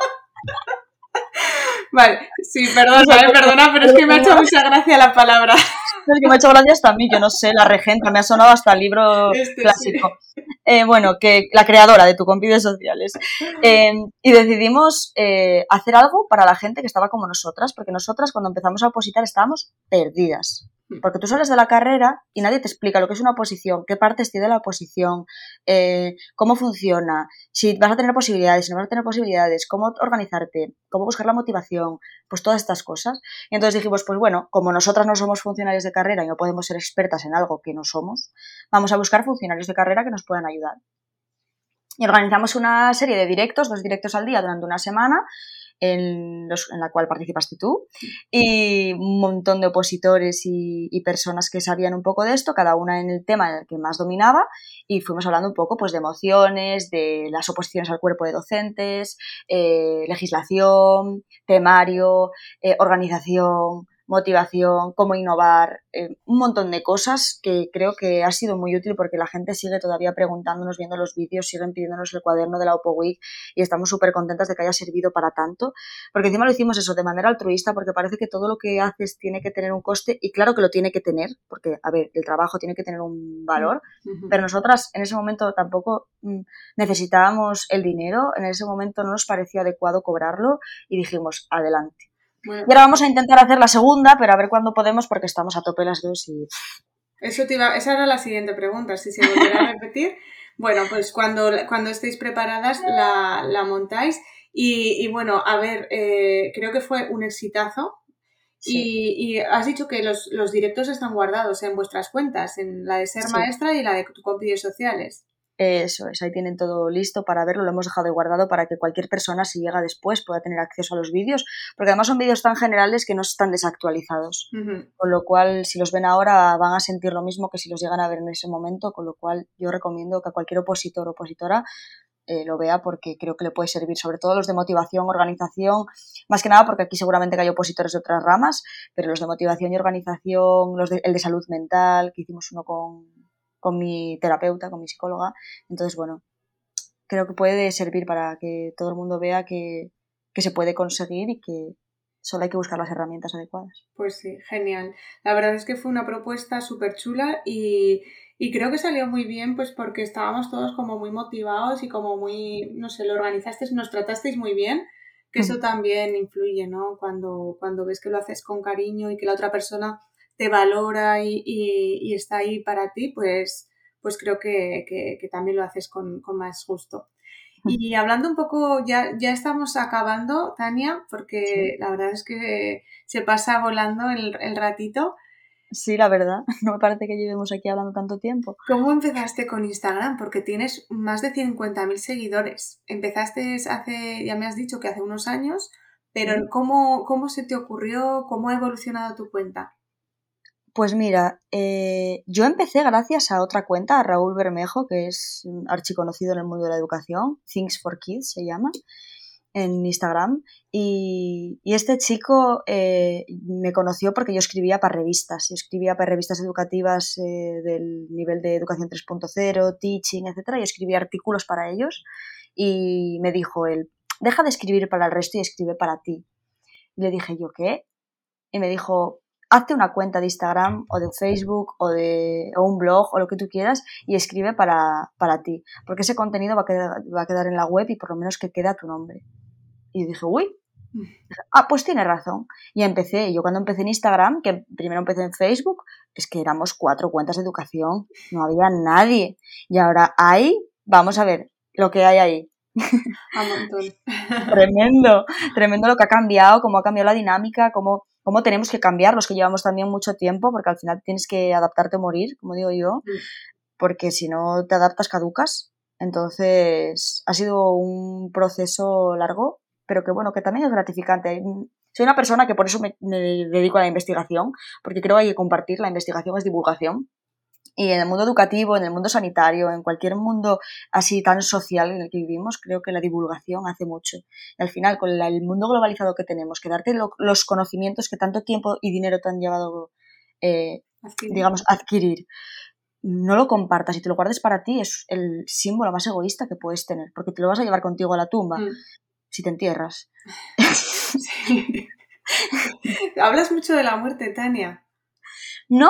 Vale, sí, perdona, pero es que me ha hecho mucha gracia la palabra. Es que me ha hecho gracia hasta a mí, yo no sé, la regenta, me ha sonado hasta el libro clásico. Sí. Bueno, que la creadora de tu compi de sociales. Y decidimos hacer algo para la gente que estaba como nosotras, porque nosotras cuando empezamos a opositar estábamos perdidas. Porque tú sales de la carrera y nadie te explica lo que es una oposición, qué partes tiene la oposición, cómo funciona, si vas a tener posibilidades, si no vas a tener posibilidades, cómo organizarte, cómo buscar la motivación, pues todas estas cosas. Y entonces dijimos, pues bueno, como nosotras no somos funcionarios de carrera y no podemos ser expertas en algo que no somos, vamos a buscar funcionarios de carrera que nos puedan ayudar. Y organizamos una serie de directos, 2 directos al día durante una semana, en la cual participaste tú, y un montón de opositores y personas que sabían un poco de esto, cada una en el tema en el que más dominaba, y fuimos hablando un poco pues de emociones, de las oposiciones al cuerpo de docentes, legislación, temario, organización, motivación, cómo innovar, un montón de cosas que creo que ha sido muy útil porque la gente sigue todavía preguntándonos, viendo los vídeos, siguen pidiéndonos el cuaderno de la Opo Week y estamos súper contentas de que haya servido para tanto, porque encima lo hicimos eso de manera altruista, porque parece que todo lo que haces tiene que tener un coste y claro que lo tiene que tener, porque a ver, el trabajo tiene que tener un valor, pero nosotras en ese momento tampoco necesitábamos el dinero, en ese momento no nos parecía adecuado cobrarlo y dijimos, adelante. Bueno, y ahora vamos a intentar hacer la segunda, pero a ver cuándo podemos porque estamos a tope las dos y... Esa era la siguiente pregunta, si se volverá a repetir. Bueno, pues cuando estéis preparadas la montáis y bueno, a ver, creo que fue un exitazo. Sí. Y has dicho que los directos están guardados en vuestras cuentas, en la de Ser Maestra y la de tu vídeos sociales. Eso es, ahí tienen todo listo para verlo, lo hemos dejado guardado para que cualquier persona, si llega después, pueda tener acceso a los vídeos, porque además son vídeos tan generales que no están desactualizados, con lo cual si los ven ahora van a sentir lo mismo que si los llegan a ver en ese momento, con lo cual yo recomiendo que a cualquier opositor o opositora lo vea porque creo que le puede servir, sobre todo los de motivación, organización, más que nada porque aquí seguramente que hay opositores de otras ramas, pero los de motivación y organización, el de salud mental, que hicimos uno con mi terapeuta, con mi psicóloga, entonces bueno, creo que puede servir para que todo el mundo vea que se puede conseguir y que solo hay que buscar las herramientas adecuadas. Pues sí, genial. La verdad es que fue una propuesta súper chula y creo que salió muy bien pues porque estábamos todos como muy motivados y como muy, no sé, lo organizasteis, nos tratasteis muy bien, que eso también influye, ¿no? Cuando ves que lo haces con cariño y que la otra persona te valora y está ahí para ti, pues creo que también lo haces con más gusto. Y hablando un poco, ya estamos acabando, Tania, porque sí, la verdad es que se pasa volando el ratito. Sí, la verdad, no me parece que llevemos aquí hablando tanto tiempo. ¿Cómo empezaste con Instagram? Porque tienes más de 50.000 seguidores. Empezaste hace, ya me has dicho que hace unos años, pero ¿sí? ¿Cómo se te ocurrió? ¿Cómo ha evolucionado tu cuenta? Pues mira, yo empecé gracias a otra cuenta, a Raúl Bermejo, que es archiconocido en el mundo de la educación, Things for Kids se llama, en Instagram, y este chico me conoció porque yo escribía para revistas educativas del nivel de educación 3.0, teaching, etcétera, y escribía artículos para ellos, y me dijo él, deja de escribir para el resto y escribe para ti. Y le dije yo, ¿qué? Y me dijo, hazte una cuenta de Instagram o de Facebook o un blog o lo que tú quieras y escribe para ti, porque ese contenido va a quedar en la web y por lo menos que quede a tu nombre. Y dije, uy, pues tiene razón. Y empecé, yo cuando empecé en Instagram, que primero empecé en Facebook, es que éramos 4 cuentas de educación, no había nadie. Y ahora vamos a ver lo que hay ahí. Tremendo lo que ha cambiado, cómo ha cambiado la dinámica, cómo tenemos que cambiar, los que llevamos también mucho tiempo, porque al final tienes que adaptarte o morir, como digo yo, porque si no te adaptas caducas. Entonces ha sido un proceso largo, pero que bueno, que también es gratificante. Soy una persona que por eso me dedico a la investigación, porque creo que hay que compartir, la investigación es divulgación. Y en el mundo educativo, en el mundo sanitario, en cualquier mundo así tan social en el que vivimos, creo que la divulgación hace mucho. Y al final, con el mundo globalizado que tenemos, que darte los conocimientos que tanto tiempo y dinero te han llevado, adquirir, no lo compartas y te lo guardes para ti, es el símbolo más egoísta que puedes tener, porque te lo vas a llevar contigo a la tumba si te entierras. Sí. Hablas mucho de la muerte, Tania. ¿No?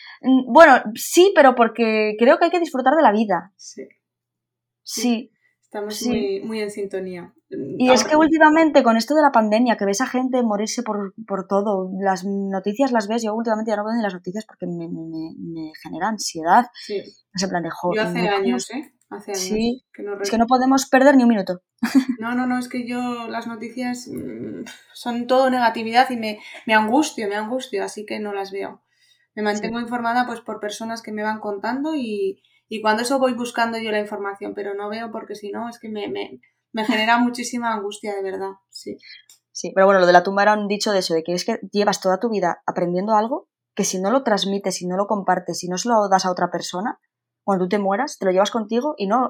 Bueno, sí, pero porque creo que hay que disfrutar de la vida. Sí. Sí. Estamos Sí. muy en sintonía. Y es que últimamente con esto de la pandemia, que ves a gente morirse por todo, las noticias las ves, yo últimamente ya no veo ni las noticias porque me genera ansiedad. Sí. Es en plan de, Yo hace no años, podemos, hace años sí, que no es que no podemos perder ni un minuto. No, es que yo las noticias son todo negatividad y me angustio, así que no las veo. Me mantengo Sí. informada pues por personas que me van contando y cuando eso voy buscando yo la información, pero no veo porque si no es que me genera muchísima angustia, de verdad, sí. Sí, pero bueno, lo de la tumba era un dicho de eso, de que es que llevas toda tu vida aprendiendo algo que si no lo transmites, si no lo compartes, si no se lo das a otra persona, cuando tú te mueras, te lo llevas contigo y no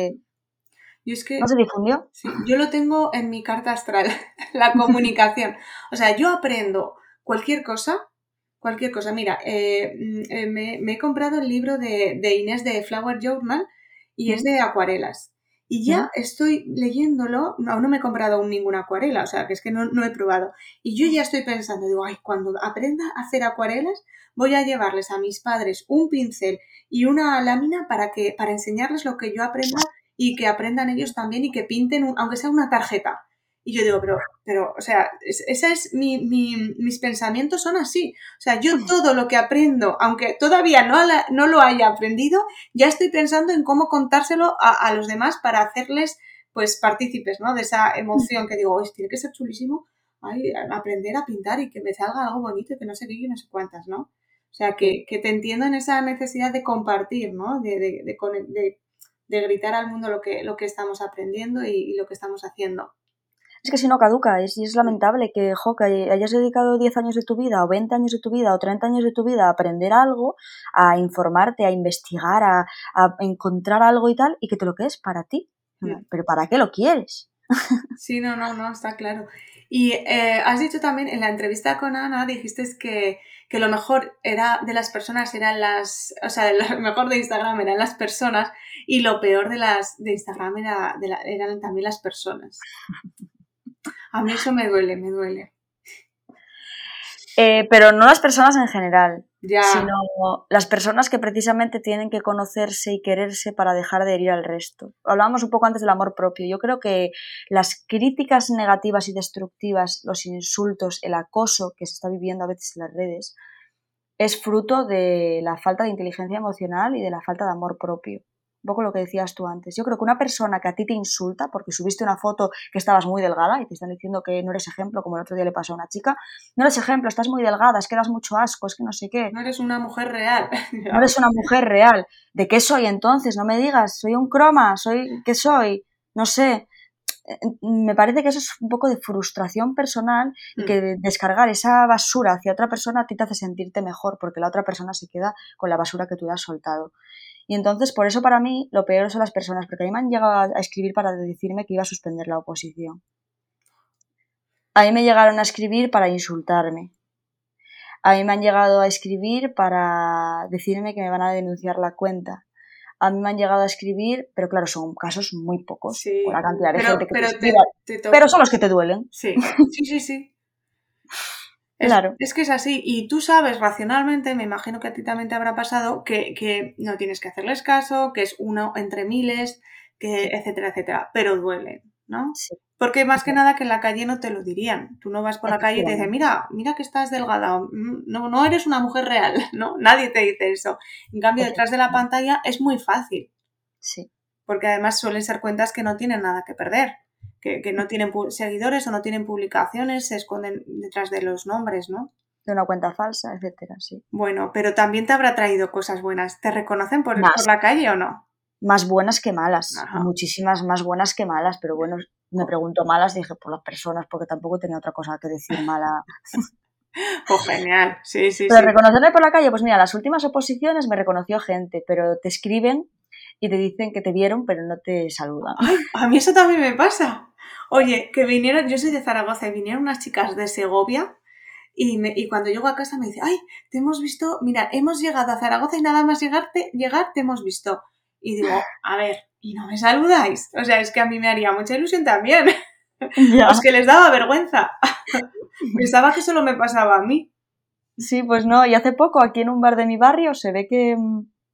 Y es que se difundió. sí, yo lo tengo en mi carta astral, la comunicación. O sea, yo aprendo cualquier cosa. Mira, me he comprado el libro de Inés de Flower Journal y es de acuarelas. Y ya estoy leyéndolo, aún no me he comprado aún ninguna acuarela, o sea, que es que no he probado. Y yo ya estoy pensando, digo, ay, cuando aprenda a hacer acuarelas, voy a llevarles a mis padres un pincel y una lámina para enseñarles lo que yo aprenda y que aprendan ellos también y que pinten, aunque sea una tarjeta. Y yo digo, pero o sea, mis pensamientos son así. O sea, yo todo lo que aprendo, aunque todavía no lo haya aprendido, ya estoy pensando en cómo contárselo a los demás para hacerles, pues, partícipes, ¿no? De esa emoción que digo, tiene que ser chulísimo, ay, aprender a pintar y que me salga algo bonito y que no sé qué y no sé cuántas, ¿no? O sea, que te entiendo en esa necesidad de compartir, ¿no? De gritar al mundo lo que estamos aprendiendo y lo que estamos haciendo. Es que si no caduca, y es lamentable que hayas dedicado 10 años de tu vida, o 20 años de tu vida, o 30 años de tu vida a aprender algo, a informarte, a investigar, a encontrar algo y tal, y que te lo quedes para ti. ¿Pero para qué lo quieres? Sí, no, está claro. Y has dicho también en la entrevista con Ana, dijiste que lo mejor de las personas eran o sea, lo mejor de Instagram eran las personas y lo peor de Instagram eran también las personas. A mí eso me duele. Pero no las personas en general, Ya. sino las personas que precisamente tienen que conocerse y quererse para dejar de herir al resto. Hablábamos un poco antes del amor propio. Yo creo que las críticas negativas y destructivas, los insultos, el acoso que se está viviendo a veces en las redes, es fruto de la falta de inteligencia emocional y de la falta de amor propio. Un poco lo que decías tú antes. Yo creo que una persona que a ti te insulta porque subiste una foto que estabas muy delgada y te están diciendo que no eres ejemplo, como el otro día le pasó a una chica, no eres ejemplo, estás muy delgada, es que das mucho asco, es que no sé qué. No eres una mujer real. No eres una mujer real. ¿De qué soy entonces? No me digas, soy un croma, ¿qué soy? No sé. Me parece que eso es un poco de frustración personal y que descargar esa basura hacia otra persona a ti te hace sentirte mejor porque la otra persona se queda con la basura que tú le has soltado. Y entonces, por eso para mí, lo peor son las personas, porque a mí me han llegado a escribir para decirme que iba a suspender la oposición. A mí me llegaron a escribir para insultarme. A mí me han llegado a escribir para decirme que me van a denunciar la cuenta. A mí me han llegado a escribir, pero claro, son casos muy pocos, Sí, con la cantidad de gente que te escribe, te pero son los que te duelen. Sí. Claro. Es que es así. Y tú sabes racionalmente, me imagino que a ti también te habrá pasado, que no tienes que hacerles caso, que es uno entre miles, que etcétera, pero duele, ¿no? Sí. Porque más que nada que en la calle no te lo dirían. Tú no vas por la calle y te dicen, mira que estás delgada, no eres una mujer real, ¿no? Nadie te dice eso. En cambio, detrás de la pantalla es muy fácil. Sí. Porque además suelen ser cuentas que no tienen nada que perder. Que no tienen seguidores o no tienen publicaciones, se esconden detrás de los nombres, ¿no? De una cuenta falsa, etcétera, sí. Bueno, pero también te habrá traído cosas buenas. ¿Te reconocen por la calle o no? Más buenas que malas. Ajá. Muchísimas más buenas que malas, pero bueno, me pregunto malas, dije por las personas, porque tampoco tenía otra cosa que decir mala. Pues genial, sí. Pero reconocerme por la calle, pues mira, las últimas oposiciones me reconoció gente, pero te escriben y te dicen que te vieron, pero no te saludan. Ay, a mí eso también me pasa. Oye, que vinieron, yo soy de Zaragoza y vinieron unas chicas de Segovia y cuando llego a casa me dice, ay, te hemos visto, mira, hemos llegado a Zaragoza y nada más llegar te hemos visto. Y digo, a ver, ¿y no me saludáis? O sea, es que a mí me haría mucha ilusión también. Ya. Pues que les daba vergüenza. Pensaba que solo me pasaba a mí. Sí, pues no, y hace poco aquí en un bar de mi barrio se ve que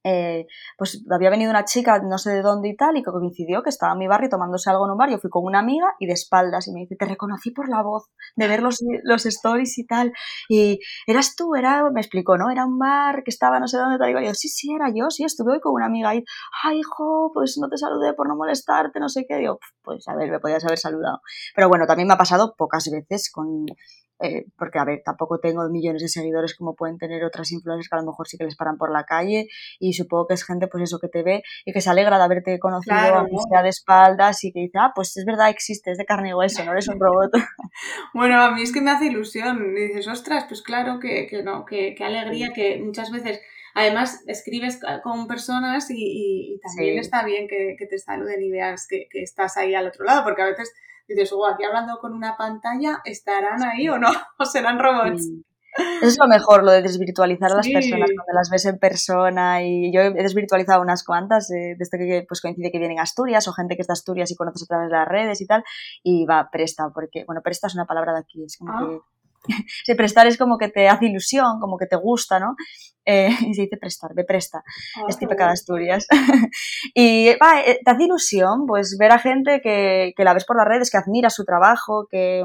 pues había venido una chica no sé de dónde y tal, y que coincidió que estaba en mi barrio tomándose algo en un bar. Yo fui con una amiga y de espaldas, y me dice, te reconocí por la voz, de ver los stories y tal, y eras tú, me explicó, ¿no? Era un bar que estaba no sé dónde, tal, y yo, sí, era yo, sí, estuve hoy con una amiga y, ay, hijo, pues no te saludé por no molestarte, no sé qué. Digo, pues a ver, me podías haber saludado. Pero bueno, también me ha pasado pocas veces porque, a ver, tampoco tengo millones de seguidores como pueden tener otras influencers que a lo mejor sí que les paran por la calle, y supongo que es gente, pues eso, que te ve y que se alegra de haberte conocido, Claro, aunque sea de espaldas, y que dice, pues es verdad, existes, de carne y hueso, no eres un robot. bueno, a mí es que me hace ilusión. Y dices, ostras, pues claro que no, que alegría, que muchas veces, además, escribes con personas y también Sí. está bien que te saluden y veas que estás ahí al otro lado, porque a veces dices, aquí hablando con una pantalla, ¿estarán ahí o no? ¿O serán robots? Sí. Eso es lo mejor, lo de desvirtualizar a las personas, Sí. cuando las ves en persona. Y yo he desvirtualizado unas cuantas, de esto que pues coincide que vienen a Asturias, o gente que es de Asturias y conoces a través de las redes y tal, y va, presta, porque, bueno, presta es una palabra de aquí, es como que, sí, prestar es como que te hace ilusión, como que te gusta, ¿no? Y se dice prestar, me presta, es Qué típica de guay. Asturias. Y te hace ilusión, pues, ver a gente que la ves por las redes, que admira su trabajo,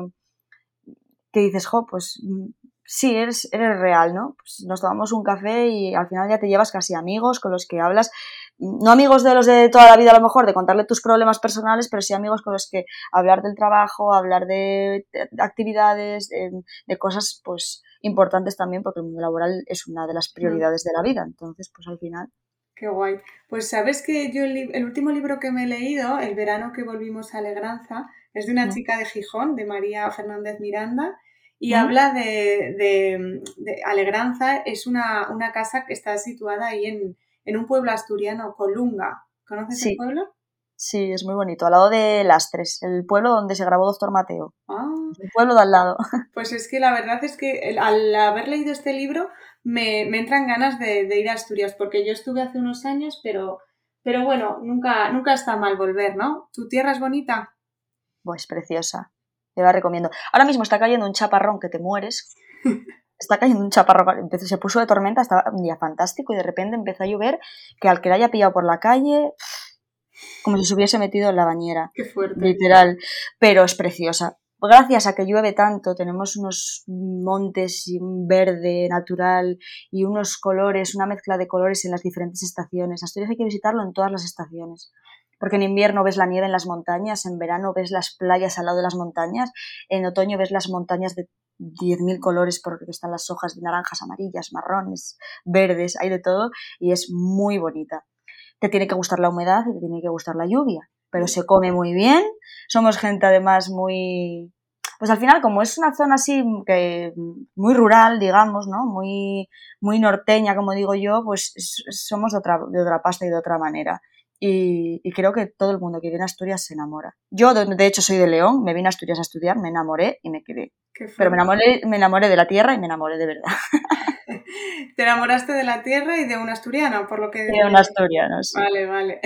que dices, pues sí, eres real, ¿no? Pues nos tomamos un café y al final ya te llevas casi amigos con los que hablas, no amigos de los de toda la vida a lo mejor, de contarle tus problemas personales, pero sí amigos con los que hablar del trabajo, hablar de actividades, de cosas pues importantes también, porque el mundo laboral es una de las prioridades de la vida. Entonces, pues al final... Qué guay. Pues sabes que yo el último libro que me he leído, El verano que volvimos a Alegranza, es de una ¿Mm? chica de Gijón, de María Fernández Miranda, y ¿Mm? habla de Alegranza. Es una casa que está situada ahí en un pueblo asturiano, Colunga. ¿Conoces el Sí, pueblo? sí, es muy bonito, al lado de Lastres, el pueblo donde se grabó Doctor Mateo, Ah, el pueblo de al lado. pues es que la verdad es que al haber leído este libro me entran ganas de ir a Asturias, porque yo estuve hace unos años, pero bueno, nunca está mal volver, ¿no? ¿Tu tierra es bonita? Pues preciosa, yo la recomiendo. Ahora mismo está cayendo un chaparrón que te mueres, está cayendo un chaparrón, se puso de tormenta, estaba un día fantástico y de repente empezó a llover, que al que la haya pillado por la calle, como si se hubiese metido en la bañera, Qué fuerte. literal, pero es preciosa. Gracias a que llueve tanto, tenemos unos montes y un verde natural y unos colores, una mezcla de colores en las diferentes estaciones. Asturias hay que visitarlo en todas las estaciones, porque en invierno ves la nieve en las montañas, en verano ves las playas al lado de las montañas, en otoño ves las montañas de 10.000 colores porque están las hojas de naranjas, amarillas, marrones, verdes, hay de todo, y es muy bonita. Te tiene que gustar la humedad y te tiene que gustar la lluvia, pero se come muy bien. Somos gente además muy... Pues al final, como es una zona así que muy rural, digamos, ¿no? Muy norteña, como digo yo, pues somos de otra pasta y de otra manera. Y creo que todo el mundo que viene a Asturias se enamora. Yo, de hecho, soy de León, me vine a Asturias a estudiar, me enamoré y me quedé. Qué Pero fuerte. me enamoré de la tierra y me enamoré de verdad. Te enamoraste de la tierra y de un asturiano, por lo que... De un asturiano, sí. Vale, vale.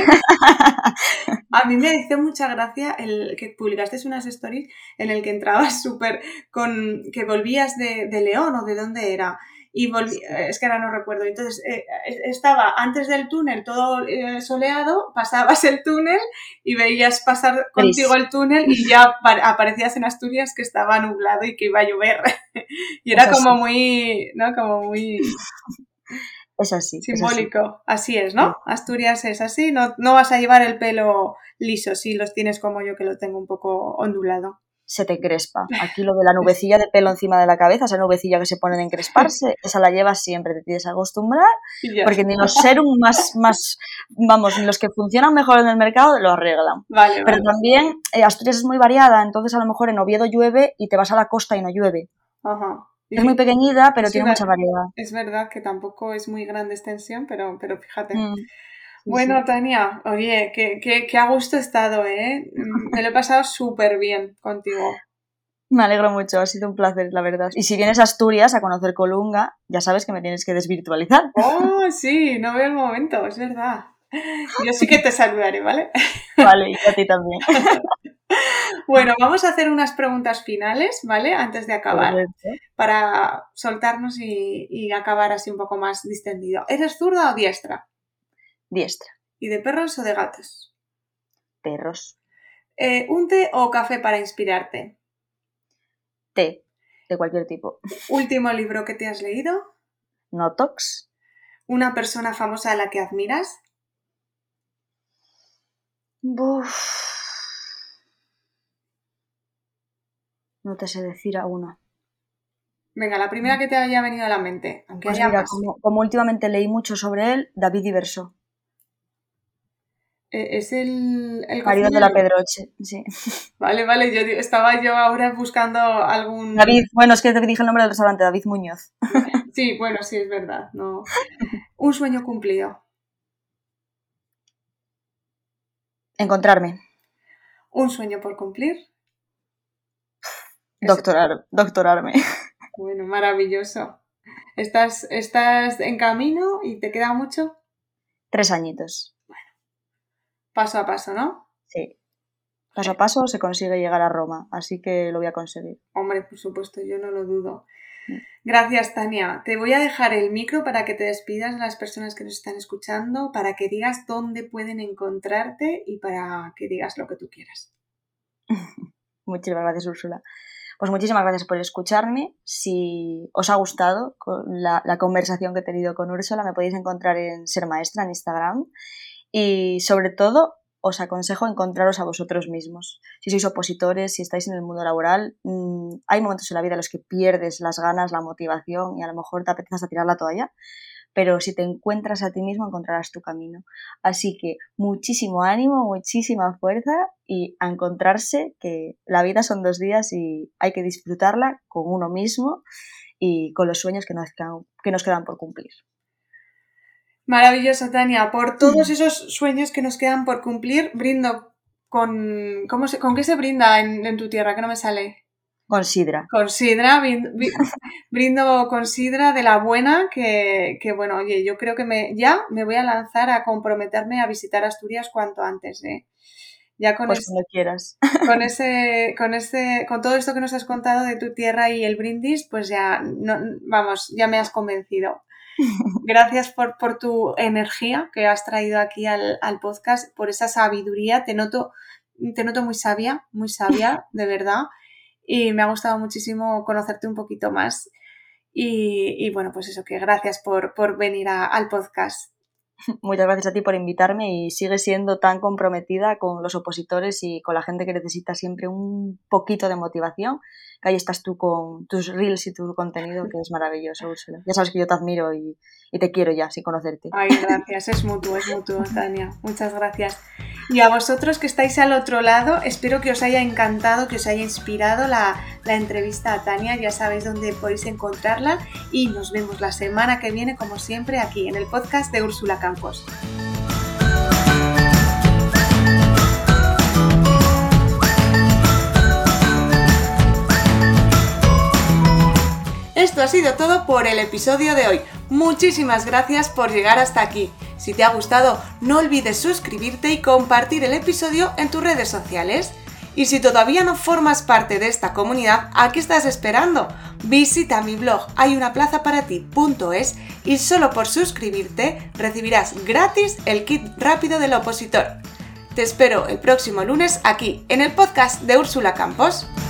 A mí me hizo mucha gracia el que publicaste unas stories en el que entrabas súper con... que volvías de León o de dónde era. Y es que ahora no recuerdo. Entonces, estaba antes del túnel todo soleado, pasabas el túnel y veías pasar contigo Gris. el túnel y ya aparecías en Asturias que estaba nublado y que iba a llover. Y Es era así. como muy, ¿no? Como muy Es así, es así. simbólico. Así es, Sí. ¿no? Asturias es así. No vas a llevar el pelo liso si los tienes como yo que lo tengo un poco ondulado. Se te encrespa. Aquí lo de la nubecilla de pelo encima de la cabeza, esa nubecilla que se pone de encresparse, esa la llevas siempre, te tienes que acostumbrar, Y ya. porque ni los serum vamos, ni los que funcionan mejor en el mercado lo arreglan. Vale, Pero vale. también Asturias es muy variada, entonces a lo mejor en Oviedo llueve y te vas a la costa y no llueve. Ajá. Es muy pequeñita, pero Sí, tiene mucha variedad. es verdad que tampoco es muy grande extensión, pero fíjate. Sí, Bueno, sí. Tania, oye, que a gusto he estado, ¿eh? Me lo he pasado súper bien contigo. Me alegro mucho, ha sido un placer, la verdad. Y si vienes a Asturias a conocer Colunga, ya sabes que me tienes que desvirtualizar. Oh, sí, no veo el momento, es verdad. Yo sí que te saludaré, ¿vale? Vale, y a ti también. Bueno, vamos a hacer unas preguntas finales, ¿vale? Antes de acabar, para soltarnos y acabar así un poco más distendido. ¿Eres zurda o diestra? Diestra. ¿Y de perros o de gatos? Perros. ¿Un té o café para inspirarte? Té, de cualquier tipo. ¿Último libro que te has leído? No tox. ¿Una persona famosa a la que admiras? Buf. No te sé decir a una. Venga, la primera que te haya venido a la mente, aunque Pues haya mira, más. como últimamente leí mucho sobre él, David Diverso. Es el Marido de la cocinero. Pedroche, sí. Vale, estaba yo ahora buscando algún... David, bueno, es que te dije el nombre del restaurante, David Muñoz. Sí, bueno, sí, es verdad. No. Un sueño cumplido. Encontrarme. Un sueño por cumplir. Doctorarme. Bueno, maravilloso. ¿Estás en camino y te queda mucho? 3 añitos. Paso a paso, ¿no? Sí. Paso a paso se consigue llegar a Roma, así que lo voy a conseguir. Hombre, por supuesto, yo no lo dudo. Gracias, Tania. Te voy a dejar el micro para que te despidas de las personas que nos están escuchando, para que digas dónde pueden encontrarte y para que digas lo que tú quieras. Muchísimas gracias, Úrsula. Pues muchísimas gracias por escucharme. Si os ha gustado la conversación que he tenido con Úrsula, me podéis encontrar en Ser Maestra en Instagram. Y sobre todo, os aconsejo encontraros a vosotros mismos. Si sois opositores, si estáis en el mundo laboral, hay momentos en la vida en los que pierdes las ganas, la motivación y a lo mejor te apetece hasta tirar la toalla. Pero si te encuentras a ti mismo, encontrarás tu camino. Así que muchísimo ánimo, muchísima fuerza y a encontrarse, que la vida son 2 días y hay que disfrutarla con uno mismo y con los sueños que nos quedan por cumplir. Maravilloso, Tania. Por todos esos sueños que nos quedan por cumplir, brindo con... ¿Con qué se brinda en tu tierra? Que no me sale. Con sidra. Con sidra, brindo con sidra de la buena, que bueno, oye, yo creo que ya me voy a lanzar a comprometerme a visitar Asturias cuanto antes, ¿eh? Ya con pues cuando quieras. Con todo esto que nos has contado de tu tierra y el brindis, pues ya, ya me has convencido. Gracias por tu energía que has traído aquí al podcast, por esa sabiduría. Te noto muy sabia, de verdad. Y me ha gustado muchísimo conocerte un poquito más. Y bueno, pues eso, que gracias por venir al podcast. Muchas gracias a ti por invitarme y sigue siendo tan comprometida con los opositores y con la gente que necesita siempre un poquito de motivación. Que ahí estás tú con tus reels y tu contenido, que es maravilloso, Úrsula. Ya sabes que yo te admiro y te quiero ya, sin conocerte. Ay, gracias, es mutuo, Tania. Muchas gracias. Y a vosotros que estáis al otro lado, espero que os haya encantado, que os haya inspirado la entrevista a Tania. Ya sabéis dónde podéis encontrarla y nos vemos la semana que viene, como siempre, aquí en el podcast de Úrsula Campos. Esto ha sido todo por el episodio de hoy. Muchísimas gracias por llegar hasta aquí. Si te ha gustado, no olvides suscribirte y compartir el episodio en tus redes sociales. Y si todavía no formas parte de esta comunidad, ¿a qué estás esperando? Visita mi blog hayunaplazaparati.es y solo por suscribirte recibirás gratis el kit rápido del opositor. Te espero el próximo lunes aquí en el podcast de Úrsula Campos.